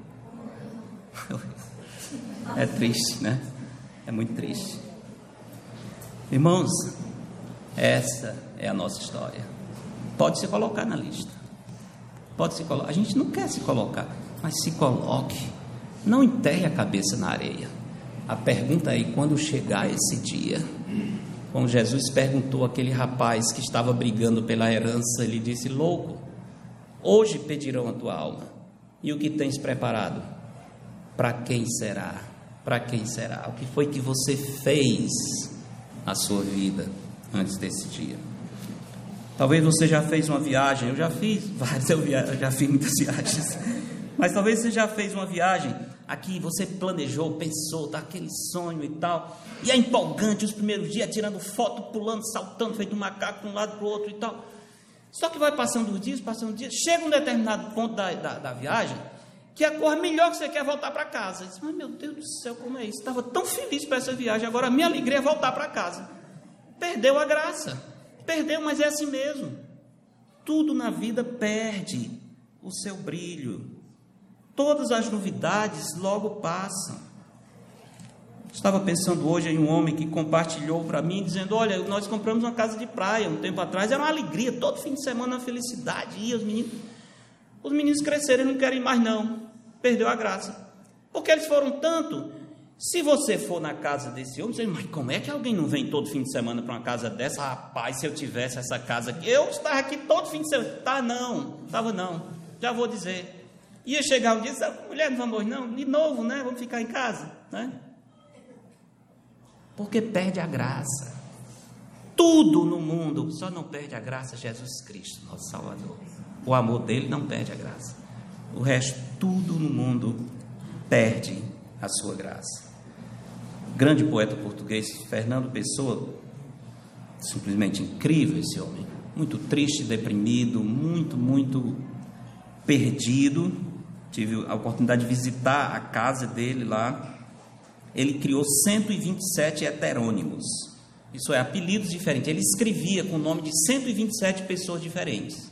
É triste, né? É muito triste. Irmãos, essa é a nossa história. Pode se colocar na lista. Pode se colocar. A gente não quer se colocar, mas se coloque. Não enterre a cabeça na areia. A pergunta é: quando chegar esse dia? Como Jesus perguntou àquele rapaz que estava brigando pela herança, ele disse: louco, hoje pedirão a tua alma. E o que tens preparado? Para quem será? Para quem será? O que foi que você fez na sua vida antes desse dia? Talvez você já fez uma viagem. Eu já fiz várias, eu, via, eu já fiz muitas viagens. Mas talvez você já fez uma viagem aqui, você planejou, pensou, tá aquele sonho e tal, e é empolgante os primeiros dias, tirando foto, pulando, saltando, feito um macaco de um lado para o outro e tal. Só que vai passando os dias, passando os dias, chega um determinado ponto da, da, da viagem, que a coisa melhor que você quer é voltar para casa. Diz: mas meu Deus do céu, como é isso? Estava tão feliz para essa viagem, agora a minha alegria é voltar para casa. Perdeu a graça, perdeu, mas é assim mesmo. Tudo na vida perde o seu brilho. Todas as novidades logo passam. Estava pensando hoje em um homem que compartilhou para mim, dizendo: olha, nós compramos uma casa de praia um tempo atrás, era uma alegria, todo fim de semana uma felicidade, e os meninos, os meninos cresceram e não querem mais não, perdeu a graça, porque eles foram tanto, Se você for na casa desse homem, você diz, mas como é que alguém não vem todo fim de semana para uma casa dessa? Rapaz, se eu tivesse essa casa aqui, eu estava aqui todo fim de semana. Tá, não, estava não, já vou dizer. Ia chegar um dia e dizer, mulher, não vamos não, de novo, né? Vamos ficar em casa, né? Porque perde a graça. Tudo no mundo, só não perde a graça Jesus Cristo, nosso Salvador. O amor dele não perde a graça. O resto, tudo no mundo perde a sua graça. O grande poeta português, Fernando Pessoa, simplesmente incrível esse homem, muito triste, deprimido, muito, muito perdido. Tive a oportunidade de visitar a casa dele lá. Ele criou cento e vinte e sete heterônimos, isso é, apelidos diferentes. Ele escrevia com o nome de cento e vinte e sete pessoas diferentes.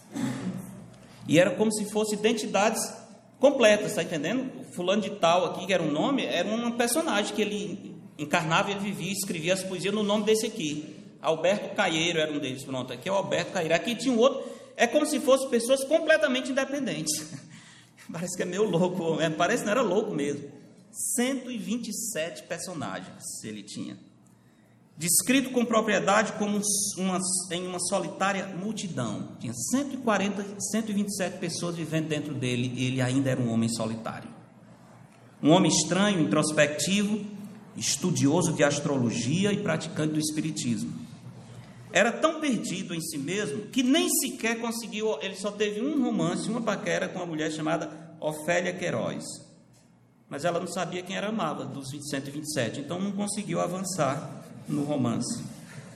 E era como se fossem identidades completas, está entendendo? Fulano de tal aqui, que era um nome, era um personagem que ele encarnava, ele vivia, escrevia as poesias no nome desse aqui. Alberto Caieiro era um deles, pronto, aqui é o Alberto Caieiro. Aqui tinha um outro, é como se fossem pessoas completamente independentes. Parece que é meio louco, parece que não era louco mesmo. cento e vinte e sete personagens ele tinha. Descrito com propriedade como uma, em uma solitária multidão. Tinha cento e quarenta, cento e vinte e sete pessoas vivendo dentro dele, e ele ainda era um homem solitário. Um homem estranho, introspectivo, estudioso de astrologia e praticante do espiritismo. Era tão perdido em si mesmo que nem sequer conseguiu, ele só teve um romance, uma paquera com uma mulher chamada Ofélia Queiroz. Mas ela não sabia quem era amava dos cento e vinte e sete, então não conseguiu avançar no romance.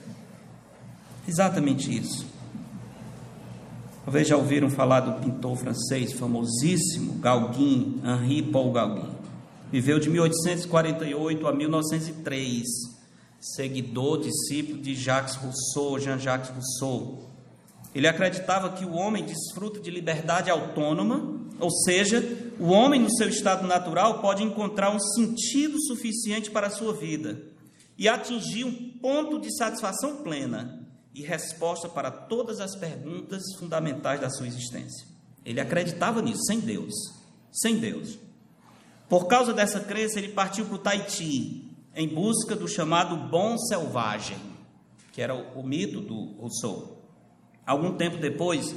Exatamente isso. Talvez já ouviram falar do pintor francês famosíssimo Gauguin, Henri Paul Gauguin. Viveu de mil oitocentos e quarenta e oito a mil novecentos e três, seguidor, discípulo de Jacques Rousseau, Jean-Jacques Rousseau. Ele acreditava que o homem desfruta de liberdade autônoma, ou seja, o homem no seu estado natural pode encontrar um sentido suficiente para a sua vida e atingir um ponto de satisfação plena e resposta para todas as perguntas fundamentais da sua existência. Ele acreditava nisso, sem Deus, sem Deus. Por causa dessa crença, ele partiu para o Tahiti, em busca do chamado bom selvagem, que era o, o mito do Rousseau. Algum tempo depois,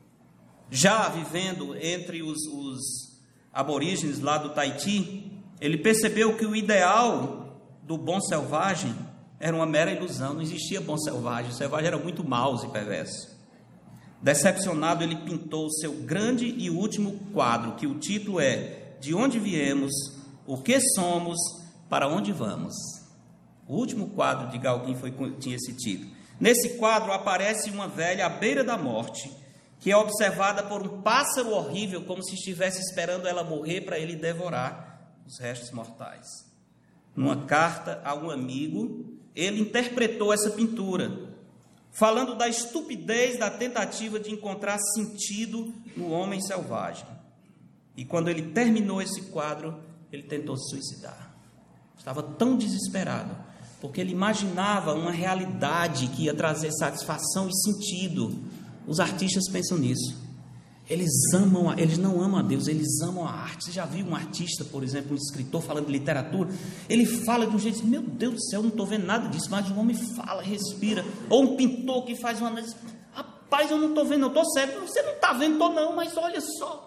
já vivendo entre os, os aborígenes lá do Tahiti, ele percebeu que o ideal do bom selvagem era uma mera ilusão, não existia bom selvagem, o selvagem era muito mau e perverso. Decepcionado, ele pintou o seu grande e último quadro, que o título é De onde viemos, o que somos, para onde vamos. O último quadro de Gauguin foi, tinha esse título. Nesse quadro aparece uma velha à beira da morte, que é observada por um pássaro horrível, como se estivesse esperando ela morrer para ele devorar os restos mortais. Numa carta a um amigo, ele interpretou essa pintura, falando da estupidez da tentativa de encontrar sentido no homem selvagem. E quando ele terminou esse quadro, ele tentou se suicidar. Estava tão desesperado, porque ele imaginava uma realidade que ia trazer satisfação e sentido. Os artistas pensam nisso. Eles amam, a, eles não amam a Deus, eles amam a arte. Você já viu um artista, por exemplo, um escritor falando de literatura? Ele fala de um jeito assim, meu Deus do céu, eu não estou vendo nada disso, mas o homem fala, respira. Ou um pintor que faz uma análise, rapaz, eu não estou vendo, eu estou cego. Você não está vendo, estou não, mas olha só.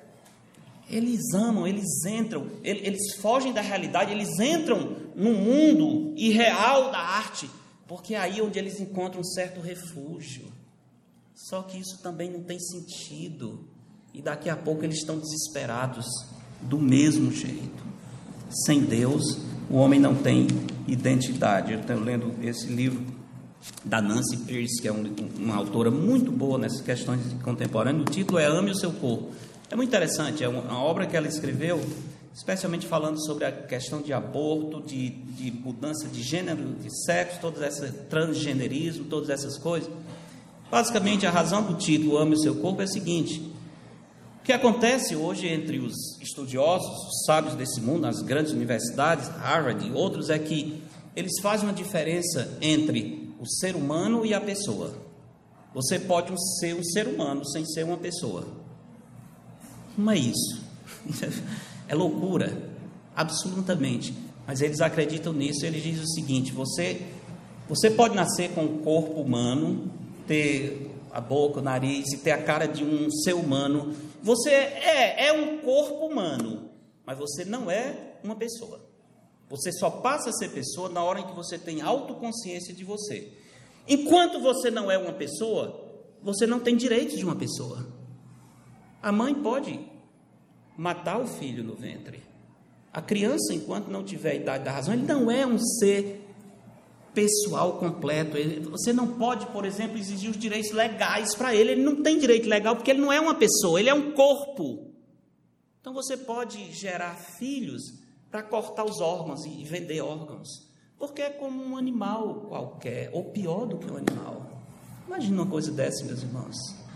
Eles amam, eles entram, eles fogem da realidade, eles entram no mundo irreal da arte, porque é aí onde eles encontram um certo refúgio. Só que isso também não tem sentido, e daqui a pouco eles estão desesperados, do mesmo jeito. Sem Deus, o homem não tem identidade. Eu estou lendo esse livro da Nancy Pierce, que é um, uma autora muito boa nessas questões contemporâneas. O título é Ame o Seu Corpo. É muito interessante, é uma obra que ela escreveu, especialmente falando sobre a questão de aborto, de, de mudança de gênero, de sexo, todo esse transgenerismo, todas essas coisas. Basicamente, a razão do título Ame o Seu Corpo é a seguinte: o que acontece hoje entre os estudiosos, os sábios desse mundo, nas grandes universidades, Harvard e outros, é que eles fazem uma diferença entre o ser humano e a pessoa. Você pode ser um ser humano sem ser uma pessoa. Não é isso. É loucura, absolutamente. Mas eles acreditam nisso. Eles dizem o seguinte: você, você pode nascer com o corpo humano, ter a boca, o nariz e ter a cara de um ser humano. Você é, é um corpo humano, mas você não é uma pessoa. Você só passa a ser pessoa na hora em que você tem autoconsciência de você. Enquanto você não é uma pessoa, você não tem direitos de uma pessoa. A mãe pode matar o filho no ventre. A criança, enquanto não tiver a idade da razão, ele não é um ser pessoal completo. Ele, você não pode, por exemplo, exigir os direitos legais para ele. Ele não tem direito legal porque ele não é uma pessoa, ele é um corpo. Então você pode gerar filhos para cortar os órgãos e vender órgãos, porque é como um animal qualquer, ou pior do que um animal. Imagina uma coisa dessa, meus irmãos.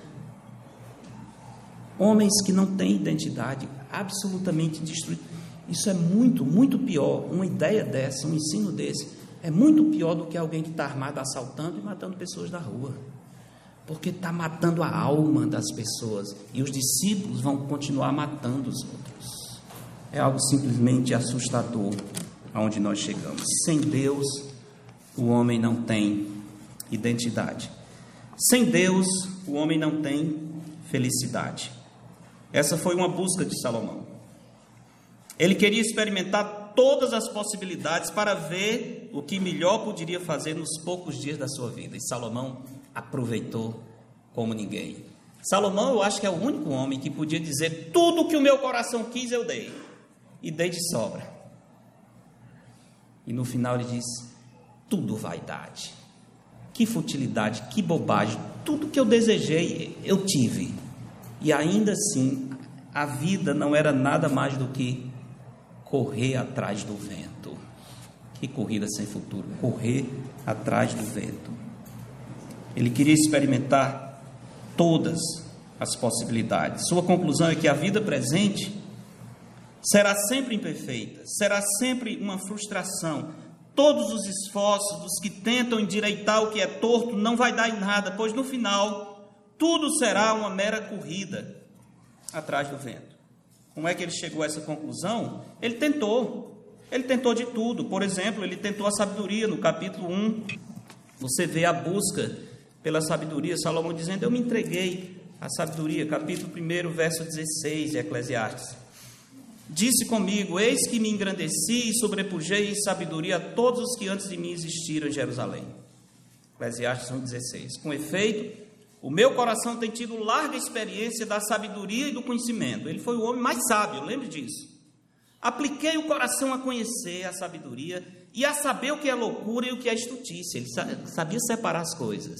Homens que não têm identidade, absolutamente destruídos. Isso é muito, muito pior. Uma ideia dessa, um ensino desse, é muito pior do que alguém que está armado assaltando e matando pessoas da rua, porque está matando a alma das pessoas, e os discípulos vão continuar matando os outros. É algo simplesmente assustador aonde nós chegamos. Sem Deus, o homem não tem identidade. Sem Deus, o homem não tem felicidade. Essa foi uma busca de Salomão. Ele queria experimentar todas as possibilidades para ver o que melhor poderia fazer nos poucos dias da sua vida. E Salomão aproveitou como ninguém. Salomão, eu acho que é o único homem que podia dizer: tudo o que o meu coração quis eu dei, e dei de sobra. E no final ele diz: tudo vaidade, que futilidade, que bobagem, tudo que eu desejei eu tive, e ainda assim a vida não era nada mais do que correr atrás do vento. Que corrida sem futuro, correr atrás do vento. Ele queria experimentar todas as possibilidades. Sua conclusão é que a vida presente será sempre imperfeita, será sempre uma frustração. Todos os esforços dos que tentam endireitar o que é torto não vai dar em nada, pois no final tudo será uma mera corrida atrás do vento. Como é que ele chegou a essa conclusão? Ele tentou, ele tentou de tudo. Por exemplo, ele tentou a sabedoria. No capítulo um, você vê a busca pela sabedoria, Salomão dizendo: eu me entreguei à sabedoria. Capítulo um, verso dezesseis de Eclesiastes: disse comigo: eis que me engrandeci e sobrepujei sabedoria a todos os que antes de mim existiram em Jerusalém. Eclesiastes um, dezesseis. Com efeito, o meu coração tem tido larga experiência da sabedoria e do conhecimento. Ele foi o homem mais sábio, lembre disso. Apliquei o coração a conhecer a sabedoria e a saber o que é loucura e o que é estultícia. Ele sabia separar as coisas.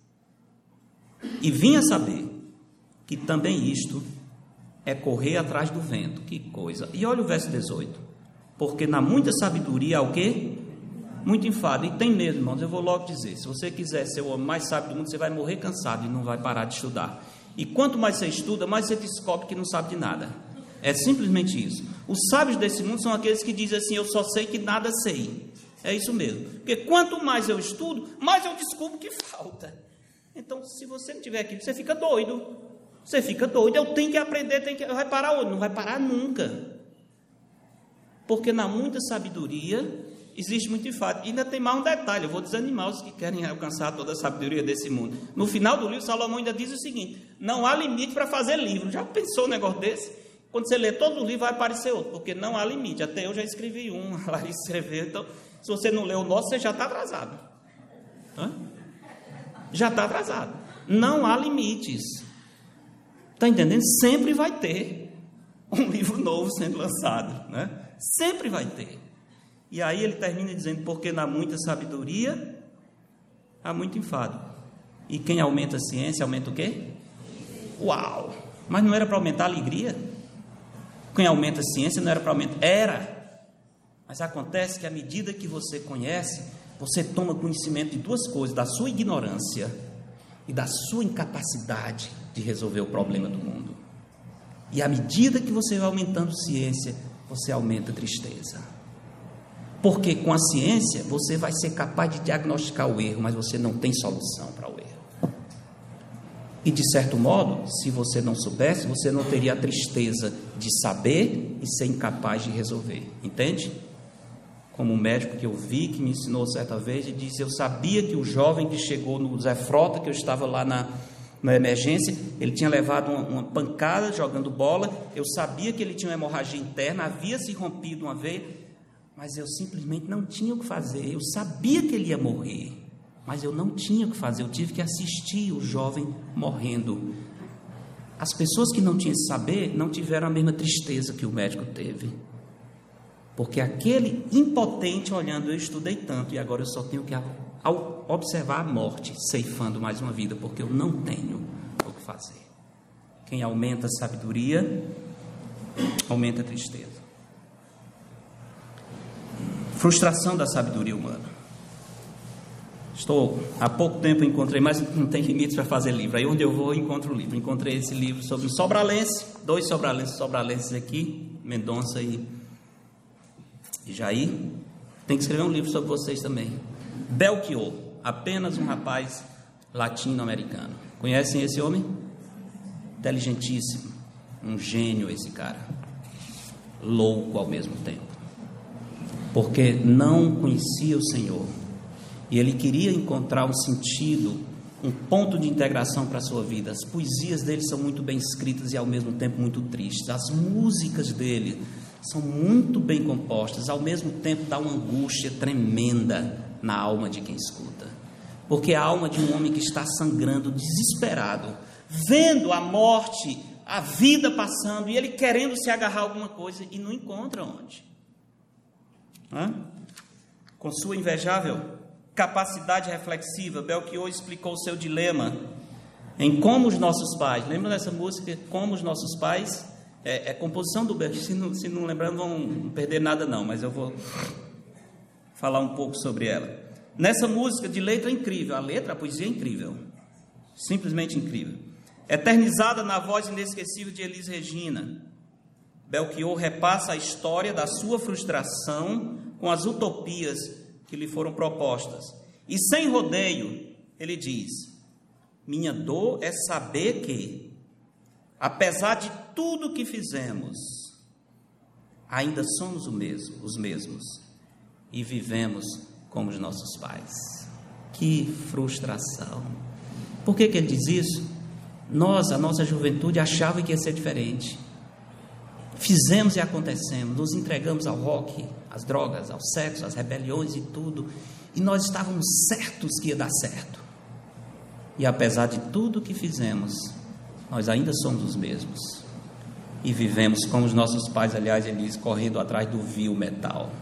E vim a saber que também isto é correr atrás do vento. Que coisa. E olha o verso dezoito. Porque na muita sabedoria há o quê? Muito enfado. E tem mesmo, irmãos, eu vou logo dizer: se você quiser ser o homem mais sábio do mundo, você vai morrer cansado e não vai parar de estudar. E quanto mais você estuda, mais você descobre que não sabe de nada. É simplesmente isso. Os sábios desse mundo são aqueles que dizem assim: eu só sei que nada sei. É isso mesmo. Porque quanto mais eu estudo, mais eu descubro que falta. Então, se você não tiver aquilo, você fica doido. Você fica doido. Eu tenho que aprender, tenho que... vai parar onde? Não vai parar nunca. Porque na muita sabedoria existe muito enfado. E ainda tem mais um detalhe: eu vou desanimar os que querem alcançar toda a sabedoria desse mundo. No final do livro, Salomão ainda diz o seguinte: não há limite para fazer livro. Já pensou um negócio desse? Quando você lê todo o livro, vai aparecer outro, porque não há limite. Até eu já escrevi um, a Larissa escreveu. Então, se você não lê o nosso, você já está atrasado. Hã? Já está atrasado. Não há limites. Está entendendo? Sempre vai ter um livro novo sendo lançado, né? Sempre vai ter. E aí ele termina dizendo: porque na muita sabedoria há muito enfado. E quem aumenta a ciência, aumenta o quê? Uau! Mas não era para aumentar a alegria? Quem aumenta a ciência não era para aumentar? Era. Mas acontece que à medida que você conhece, você toma conhecimento de duas coisas: da sua ignorância e da sua incapacidade de resolver o problema do mundo. E à medida que você vai aumentando ciência, você aumenta a tristeza. Porque com a ciência você vai ser capaz de diagnosticar o erro, mas você não tem solução para o erro. E de certo modo, se você não soubesse, você não teria a tristeza de saber e ser incapaz de resolver. Entende? como um médico que eu vi, que me ensinou certa vez, e disse: eu sabia que o jovem que chegou no Zé Frota, que eu estava lá na, na emergência, ele tinha levado uma, uma pancada jogando bola, eu sabia que ele tinha uma hemorragia interna, havia se rompido uma vez, mas eu simplesmente não tinha o que fazer. Eu sabia que ele ia morrer, mas eu não tinha o que fazer, eu tive que assistir o jovem morrendo. As pessoas que não tinham esse saber não tiveram a mesma tristeza que o médico teve, porque aquele impotente olhando: eu estudei tanto e agora eu só tenho que observar a morte ceifando mais uma vida, porque eu não tenho o que fazer. Quem aumenta a sabedoria, aumenta a tristeza. Frustração da sabedoria humana. Estou, há pouco tempo encontrei, mas não tem limites para fazer livro. Aí onde eu vou, eu encontro o livro. Encontrei esse livro sobre o sobralense, dois sobralenses, sobralenses aqui, Mendonça e, e Jair. Tem que escrever um livro sobre vocês também. Belchior, apenas um rapaz latino-americano. Conhecem esse homem? Inteligentíssimo, um gênio esse cara, louco ao mesmo tempo, porque não conhecia o Senhor. E ele queria encontrar um sentido, um ponto de integração para a sua vida. As poesias dele são muito bem escritas e ao mesmo tempo muito tristes. As músicas dele são muito bem compostas, ao mesmo tempo dá uma angústia tremenda na alma de quem escuta. Porque a alma de um homem que está sangrando, desesperado, vendo a morte, a vida passando, e ele querendo se agarrar a alguma coisa e não encontra onde. Hã? Com sua invejável capacidade reflexiva, Belchior explicou o seu dilema em Como os Nossos Pais. Lembra dessa música? Como os Nossos Pais? É, é composição do Belchior. Se não, se não lembrar, não vão perder nada não, mas eu vou falar um pouco sobre ela. Nessa música de letra incrível, a letra, a poesia é incrível, simplesmente incrível, eternizada na voz inesquecível de Elis Regina, Belchior repassa a história da sua frustração com as utopias que lhe foram propostas. E sem rodeio, ele diz: minha dor é saber que, apesar de tudo que fizemos, ainda somos o mesmo, os mesmos e vivemos como os nossos pais. Que frustração! Por que que ele diz isso? Nós, a nossa juventude, achava que ia ser diferente. Fizemos e acontecemos, nos entregamos ao rock, às drogas, ao sexo, às rebeliões e tudo, e nós estávamos certos que ia dar certo. E apesar de tudo que fizemos, nós ainda somos os mesmos e vivemos como os nossos pais. Aliás, ele diz, correndo atrás do vil metal.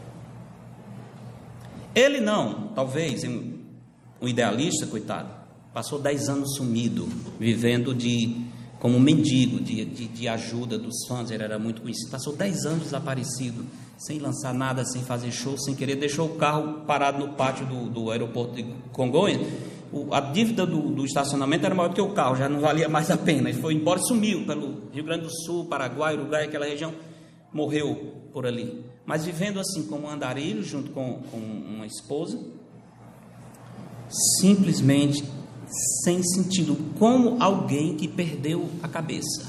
Ele não, talvez um, um idealista, coitado, passou dez anos sumido, vivendo de como um mendigo de, de, de ajuda dos fãs. Ele era muito conhecido, passou dez anos desaparecido, sem lançar nada, sem fazer show, sem querer, deixou o carro parado no pátio do, do aeroporto de Congonhas. O, a dívida do, do estacionamento era maior do que o carro, já não valia mais a pena. Ele foi embora, sumiu pelo Rio Grande do Sul, Paraguai, Uruguai, aquela região, morreu por ali. Mas vivendo assim como um andarilho, junto com, com uma esposa, simplesmente sem sentido, como alguém que perdeu a cabeça,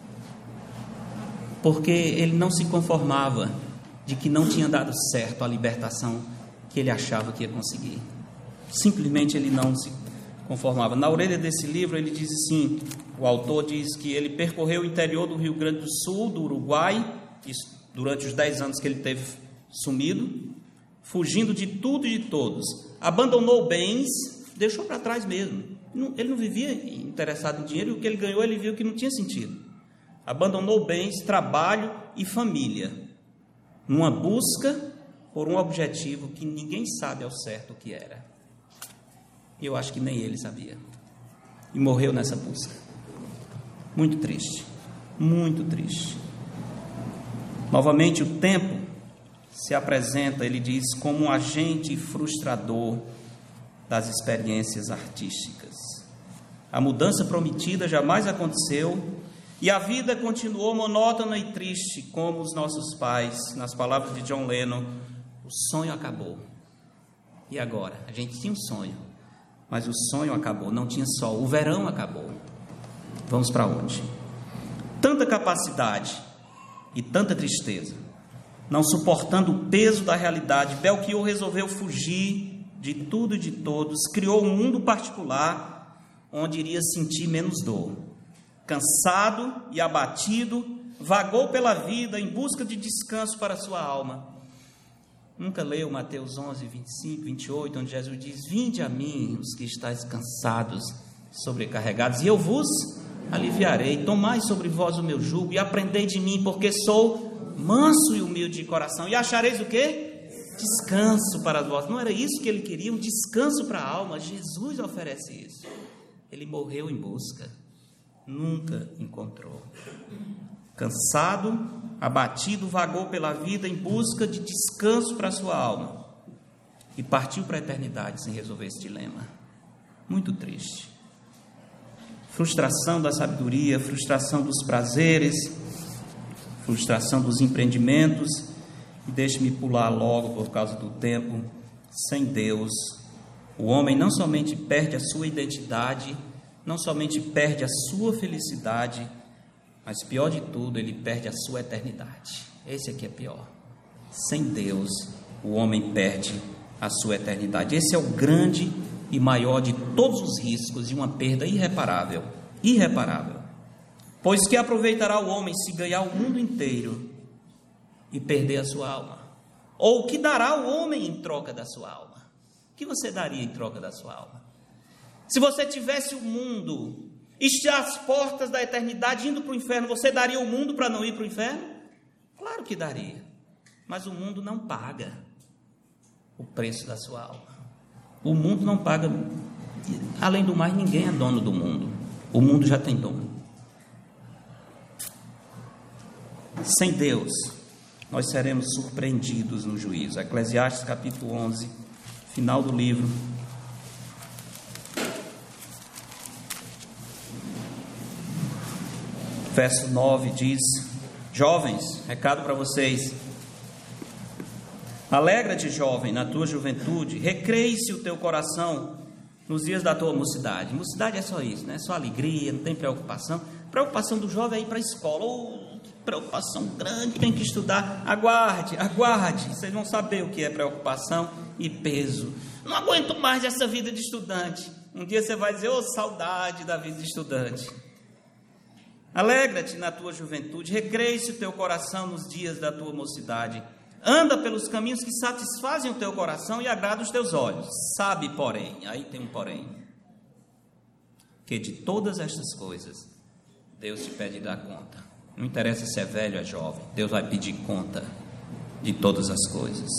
porque ele não se conformava de que não tinha dado certo a libertação que ele achava que ia conseguir. Simplesmente ele não se conformava. Na orelha desse livro ele diz assim, o autor diz que ele percorreu o interior do Rio Grande do Sul, do Uruguai, isso, durante os dez anos que ele teve sumido, fugindo de tudo e de todos, abandonou bens, deixou para trás mesmo. Ele não vivia interessado em dinheiro, e o que ele ganhou ele viu que não tinha sentido. Abandonou bens, trabalho e família, numa busca por um objetivo que ninguém sabe ao certo o que era. E eu acho que nem ele sabia. E morreu nessa busca. Muito triste, muito triste. Novamente o tempo se apresenta, ele diz, como um agente frustrador das experiências artísticas. A mudança prometida jamais aconteceu e a vida continuou monótona e triste como os nossos pais. Nas palavras de John Lennon, o sonho acabou. E agora? A gente tinha um sonho, mas o sonho acabou, não tinha sol, o verão acabou. Vamos para onde? Tanta capacidade e tanta tristeza. Não suportando o peso da realidade, Belchior resolveu fugir de tudo e de todos, criou um mundo particular onde iria sentir menos dor. Cansado e abatido, vagou pela vida em busca de descanso para a sua alma. Nunca leu Mateus onze, vinte e cinco, vinte e oito, onde Jesus diz: vinde a mim, os que estáis cansados, sobrecarregados, e eu vos aliviarei. Tomai sobre vós o meu jugo e aprendei de mim, porque sou manso e humilde de coração, e achareis o quê? Descanso para vós. Não era isso que ele queria? Um descanso para a alma? Jesus oferece isso. Ele morreu em busca, nunca encontrou. Cansado, abatido, vagou pela vida em busca de descanso para a sua alma e partiu para a eternidade sem resolver esse dilema. Muito triste. Frustração da sabedoria, frustração dos prazeres, frustração dos empreendimentos. E deixe-me pular logo por causa do tempo. Sem Deus, o homem não somente perde a sua identidade, não somente perde a sua felicidade, mas pior de tudo, ele perde a sua eternidade. Esse aqui é pior. Sem Deus, o homem perde a sua eternidade. Esse é o grande e maior de todos os riscos e uma perda irreparável. Irreparável. Pois que aproveitará o homem se ganhar o mundo inteiro e perder a sua alma? Ou o que dará o homem em troca da sua alma? O que você daria em troca da sua alma? Se você tivesse o mundo e as portas da eternidade indo para o inferno, você daria o mundo para não ir para o inferno? Claro que daria. Mas o mundo não paga o preço da sua alma. O mundo não paga. Além do mais, ninguém é dono do mundo. O mundo já tem dono. Sem Deus, nós seremos surpreendidos no juízo. Eclesiastes capítulo onze, final do livro. Verso nove diz: jovens, recado para vocês. Alegra-te, jovem, na tua juventude, recreie-se o teu coração nos dias da tua mocidade. Mocidade é só isso, né? Só alegria, não tem preocupação. Preocupação do jovem é ir para a escola. Oh, preocupação grande, tem que estudar. Aguarde, aguarde, vocês vão saber o que é preocupação e peso. Não aguento mais essa vida de estudante. Um dia você vai dizer: oh, saudade da vida de estudante. Alegra-te na tua juventude, recreie-se o teu coração nos dias da tua mocidade. Anda pelos caminhos que satisfazem o teu coração e agradam os teus olhos. Sabe, porém, aí tem um porém, que de todas estas coisas Deus te pede dar conta. Não interessa se é velho ou é jovem, Deus vai pedir conta de todas as coisas.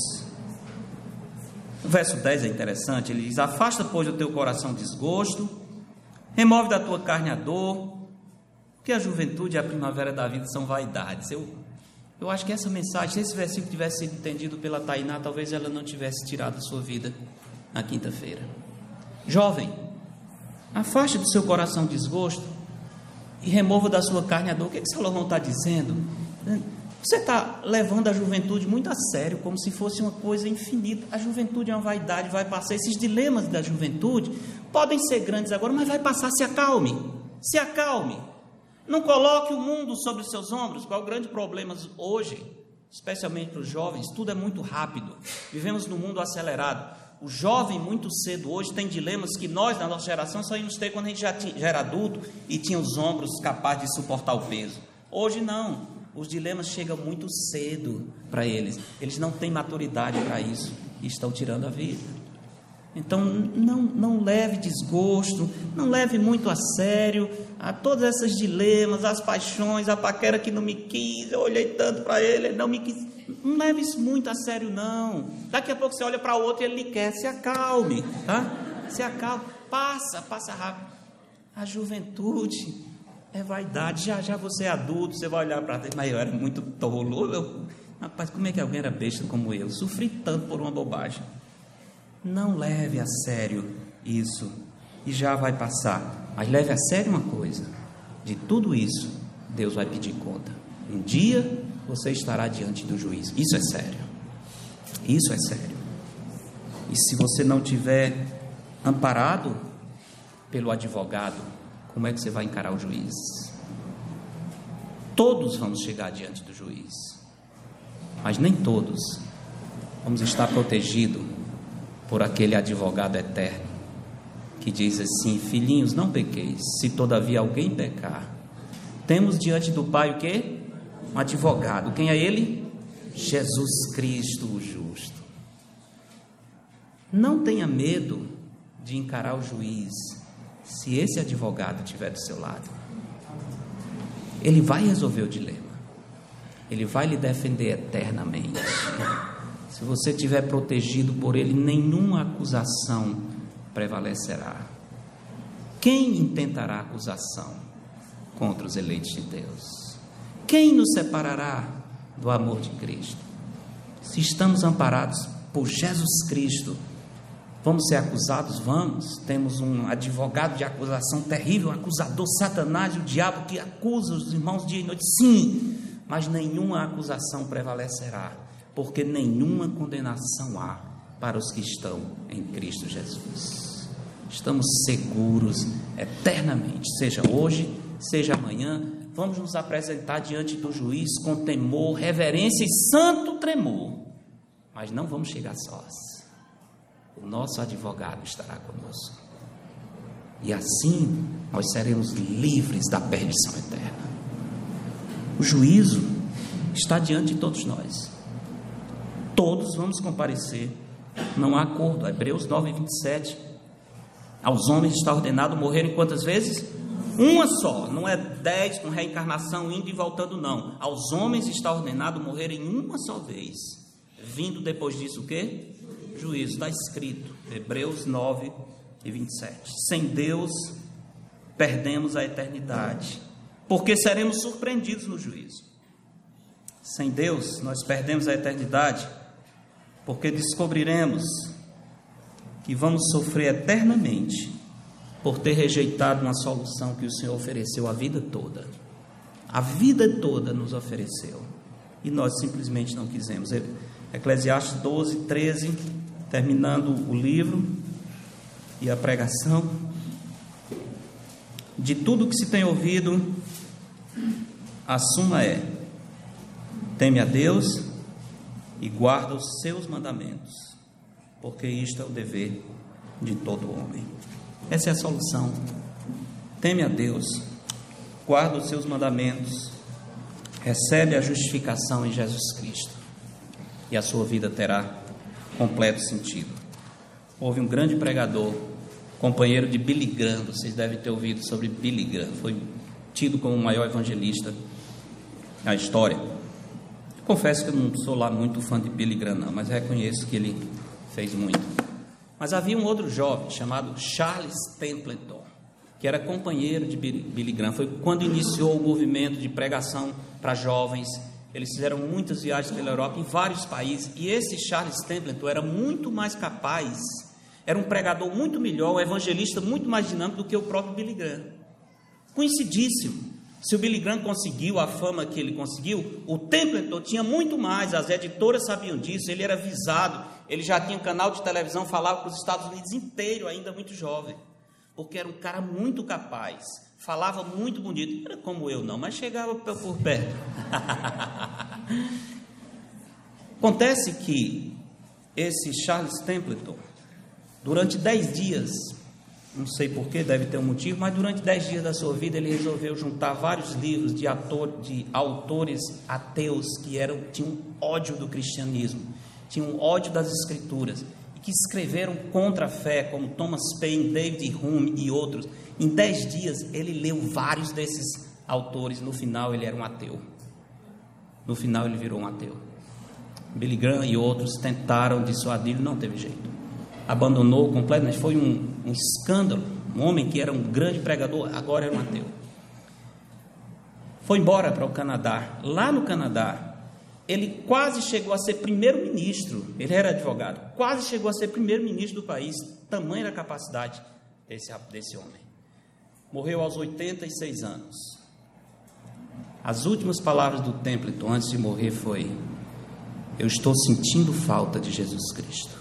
O verso dez é interessante, ele diz: afasta, pois, do teu coração desgosto, remove da tua carne a dor, porque a juventude e a primavera da vida são vaidades. Eu, eu acho que essa mensagem, se esse versículo tivesse sido entendido pela Tainá, talvez ela não tivesse tirado a sua vida na quinta-feira. Jovem, afaste do seu coração desgosto e remova da sua carne a dor. O que, é que Salomão está dizendo? Você está levando a juventude muito a sério, como se fosse uma coisa infinita. A juventude é uma vaidade, vai passar. Esses dilemas da juventude podem ser grandes agora, mas vai passar. Se acalme, se acalme. Não coloque o mundo sobre os seus ombros. Qual é o grande problema hoje, especialmente para os jovens? Tudo é muito rápido. Vivemos num mundo acelerado. O jovem, muito cedo hoje, tem dilemas que nós, na nossa geração, só íamos ter quando a gente já, tinha, já era adulto e tinha os ombros capazes de suportar o peso. Hoje não. Os dilemas chegam muito cedo para eles. Eles não têm maturidade para isso e estão tirando a vida. Então, não, não leve desgosto, não leve muito a sério a todos esses dilemas, as paixões, a paquera que não me quis, eu olhei tanto para ele, ele não me quis. Não leve isso muito a sério, não. Daqui a pouco você olha para o outro e ele lhe quer. Se acalme, tá? Se acalme, passa, passa rápido. A juventude é vaidade. Já já você é adulto, você vai olhar para trás, mas eu era muito tolo. Eu, rapaz, como é que alguém era besta como eu? Sofri tanto por uma bobagem. Não leve a sério isso e já vai passar. Mas leve a sério uma coisa: de tudo isso Deus vai pedir conta. Um dia você estará diante do juiz. Isso é sério. Isso é sério. E se você não tiver amparado pelo advogado, como é que você vai encarar o juiz? Todos vamos chegar diante do juiz. mas nem todos vamos estar protegidos por aquele advogado eterno que diz assim: filhinhos, não pequeis, se todavia alguém pecar, temos diante do Pai o quê? Um advogado. Quem é ele? Jesus Cristo, o justo. Não tenha medo de encarar o juiz, se esse advogado estiver do seu lado. Ele vai resolver o dilema, ele vai lhe defender eternamente. Se você estiver protegido por ele, nenhuma acusação prevalecerá. Quem intentará acusação contra os eleitos de Deus? Quem nos separará do amor de Cristo? Se estamos amparados por Jesus Cristo, vamos ser acusados? Vamos. Temos um advogado de acusação terrível, um acusador, Satanás, o diabo, que acusa os irmãos dia e noite. Sim, mas nenhuma acusação prevalecerá, porque nenhuma condenação há para os que estão em Cristo Jesus. Estamos seguros eternamente, seja hoje, seja amanhã. Vamos nos apresentar diante do juiz com temor, reverência e santo tremor, mas não vamos chegar sós. O nosso advogado estará conosco, e assim nós seremos livres da perdição eterna. O juízo está diante de todos nós, todos vamos comparecer, não há acordo. Hebreus nove, vinte e sete, aos homens está ordenado morrerem quantas vezes? Uma só, não é dez com reencarnação indo e voltando, não. Aos homens está ordenado morrerem uma só vez, vindo depois disso o quê? Juízo. Está escrito, Hebreus nove e vinte e sete. Sem Deus perdemos a eternidade, porque seremos surpreendidos no juízo. Sem Deus nós perdemos a eternidade, porque descobriremos que vamos sofrer eternamente por ter rejeitado uma solução que o Senhor ofereceu a vida toda. A vida toda nos ofereceu, e nós simplesmente não quisemos. Eclesiastes doze, treze, terminando o livro e a pregação: de tudo que se tem ouvido, a suma é: teme a Deus e guarda os seus mandamentos, porque isto é o dever de todo homem. Essa é a solução. Teme a Deus, guarda os seus mandamentos, recebe a justificação em Jesus Cristo, e a sua vida terá completo sentido. Houve um grande pregador, companheiro de Billy Graham, vocês devem ter ouvido sobre Billy Graham, foi tido como o maior evangelista na história. Confesso que eu não sou lá muito fã de Billy Graham, não, mas reconheço que ele fez muito. Mas havia um outro jovem chamado Charles Templeton, que era companheiro de Billy Graham. Foi quando iniciou o movimento de pregação para jovens. Eles fizeram muitas viagens pela Europa, em vários países, e esse Charles Templeton era muito mais capaz, era um pregador muito melhor, um evangelista muito mais dinâmico do que o próprio Billy Graham. Conhecidíssimo. Se o Billy Graham conseguiu a fama que ele conseguiu, o Templeton tinha muito mais, as editoras sabiam disso, ele era visado, ele já tinha um canal de televisão, falava para os Estados Unidos inteiro, ainda muito jovem, porque era um cara muito capaz, falava muito bonito, não era como eu não, mas chegava por perto. Acontece que esse Charles Templeton, durante dez dias, não sei porquê, deve ter um motivo, mas durante dez dias da sua vida ele resolveu juntar vários livros de, ator, de autores ateus que eram, tinham ódio do cristianismo, tinham ódio das escrituras, e que escreveram contra a fé, como Thomas Paine, David Hume e outros. Em dez dias ele leu vários desses autores. No final ele era um ateu, no final ele virou um ateu. Billy Graham e outros tentaram dissuadi-lo, não teve jeito, abandonou completamente. Foi um, um escândalo. Um homem que era um grande pregador, agora era um ateu. Foi embora para o Canadá. Lá no Canadá ele quase chegou a ser primeiro-ministro. Ele era advogado, quase chegou a ser primeiro-ministro do país, tamanha era a capacidade desse, desse homem. Morreu aos oitenta e seis anos. As últimas palavras do Templeton antes de morrer foi: eu estou sentindo falta de Jesus Cristo.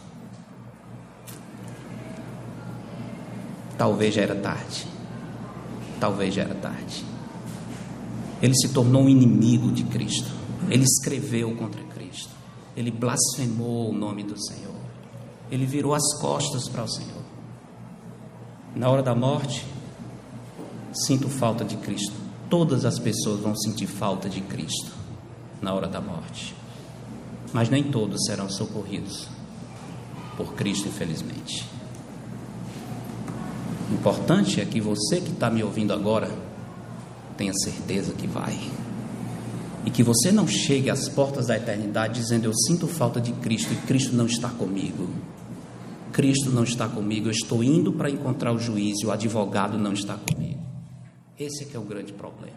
Talvez já era tarde. Talvez já era tarde. Ele se tornou um inimigo de Cristo. ele escreveu contra Cristo, ele blasfemou o nome do Senhor, ele virou as costas para o Senhor. Na hora da morte, sinto falta de Cristo. Todas as pessoas vão sentir falta de Cristo na hora da morte, mas nem todos serão socorridos por Cristo, infelizmente. O importante é que você que está me ouvindo agora tenha certeza que vai, e que você não chegue às portas da eternidade dizendo: eu sinto falta de Cristo e Cristo não está comigo. Cristo não está comigo, eu estou indo para encontrar o juiz e o advogado não está comigo. Esse é que é o grande problema.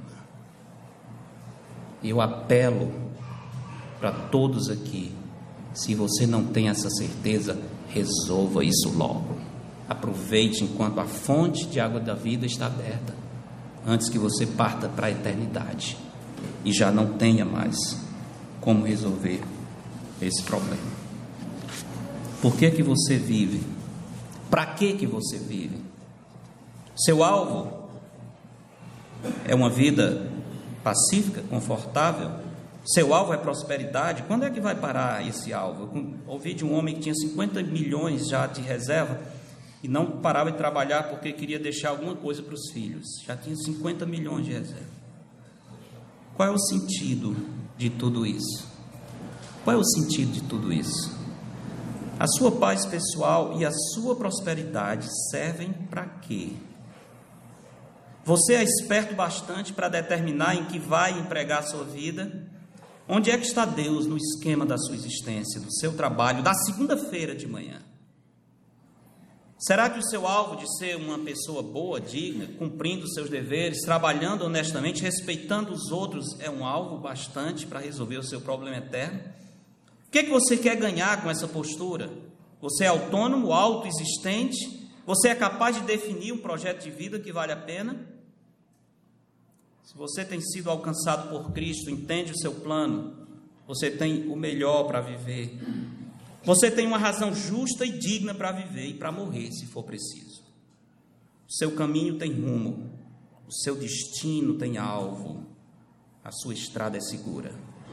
Eu apelo para todos aqui: se você não tem essa certeza, resolva isso logo. Aproveite enquanto a fonte de água da vida está aberta, antes que você parta para a eternidade e já não tenha mais como resolver esse problema. Por que que você vive? Para que que você vive? Seu alvo é uma vida pacífica, confortável? Seu alvo é prosperidade? Quando é que vai parar esse alvo? Eu ouvi de um homem que tinha cinquenta milhões já de reserva e não parava de trabalhar porque queria deixar alguma coisa para os filhos. Já tinha cinquenta milhões de reserva. Qual é o sentido de tudo isso? Qual é o sentido de tudo isso? A sua paz pessoal e a sua prosperidade servem para quê? Você é esperto bastante para determinar em que vai empregar a sua vida? Onde é que está Deus no esquema da sua existência, do seu trabalho, da segunda-feira de manhã? Será que o seu alvo de ser uma pessoa boa, digna, cumprindo os seus deveres, trabalhando honestamente, respeitando os outros, é um alvo bastante para resolver o seu problema eterno? O que é que você quer ganhar com essa postura? Você é autônomo, autoexistente? Você é capaz de definir um projeto de vida que vale a pena? Se você tem sido alcançado por Cristo, entende o seu plano, você tem o melhor para viver. Você tem uma razão justa e digna para viver e para morrer, se for preciso. O seu caminho tem rumo, o seu destino tem alvo, a sua estrada é segura.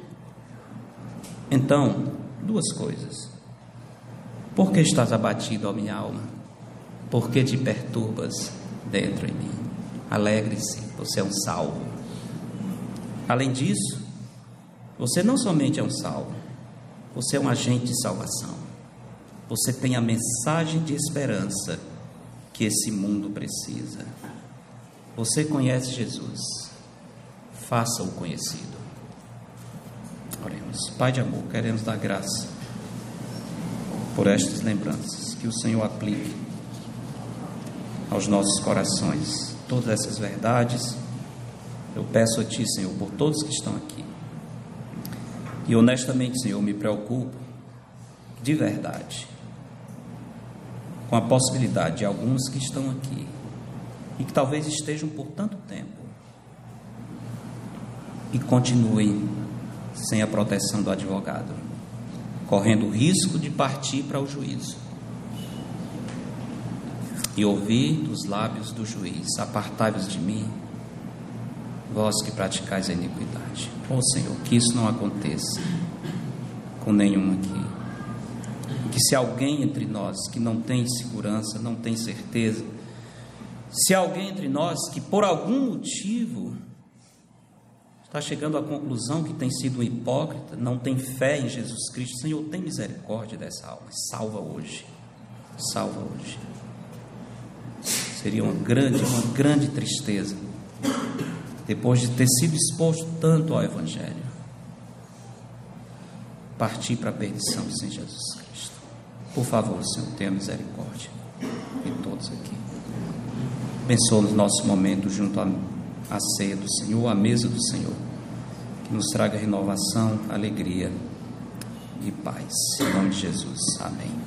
Então, duas coisas. Por que estás abatido, ó minha alma? Por que te perturbas dentro em mim? Alegre-se, você é um salvo. Além disso, você não somente é um salvo, você é um agente de salvação. Você tem a mensagem de esperança que esse mundo precisa. Você conhece Jesus, faça-o conhecido. Oremos. Pai de amor, queremos dar graça por estas lembranças, que o Senhor aplique aos nossos corações todas essas verdades. Eu peço a Ti, Senhor, por todos que estão aqui. E honestamente, Senhor, me preocupo de verdade com a possibilidade de alguns que estão aqui e que talvez estejam por tanto tempo e continuem sem a proteção do advogado, correndo o risco de partir para o juízo e ouvir dos lábios do juiz: apartai-vos de mim, vós que praticais a iniquidade. Ó Senhor, que isso não aconteça com nenhum aqui. Que se alguém entre nós que não tem segurança, não tem certeza, se alguém entre nós que por algum motivo está chegando à conclusão que tem sido um hipócrita, não tem fé em Jesus Cristo, Senhor, tem misericórdia dessa alma, salva hoje, salva hoje. Seria uma grande, uma grande tristeza, depois de ter sido exposto tanto ao Evangelho, partir para a perdição sem Jesus Cristo. Por favor, Senhor, tenha misericórdia de todos aqui. Abençoa-nos nosso momento junto à, à ceia do Senhor, à mesa do Senhor, que nos traga renovação, alegria e paz. Em nome de Jesus. Amém.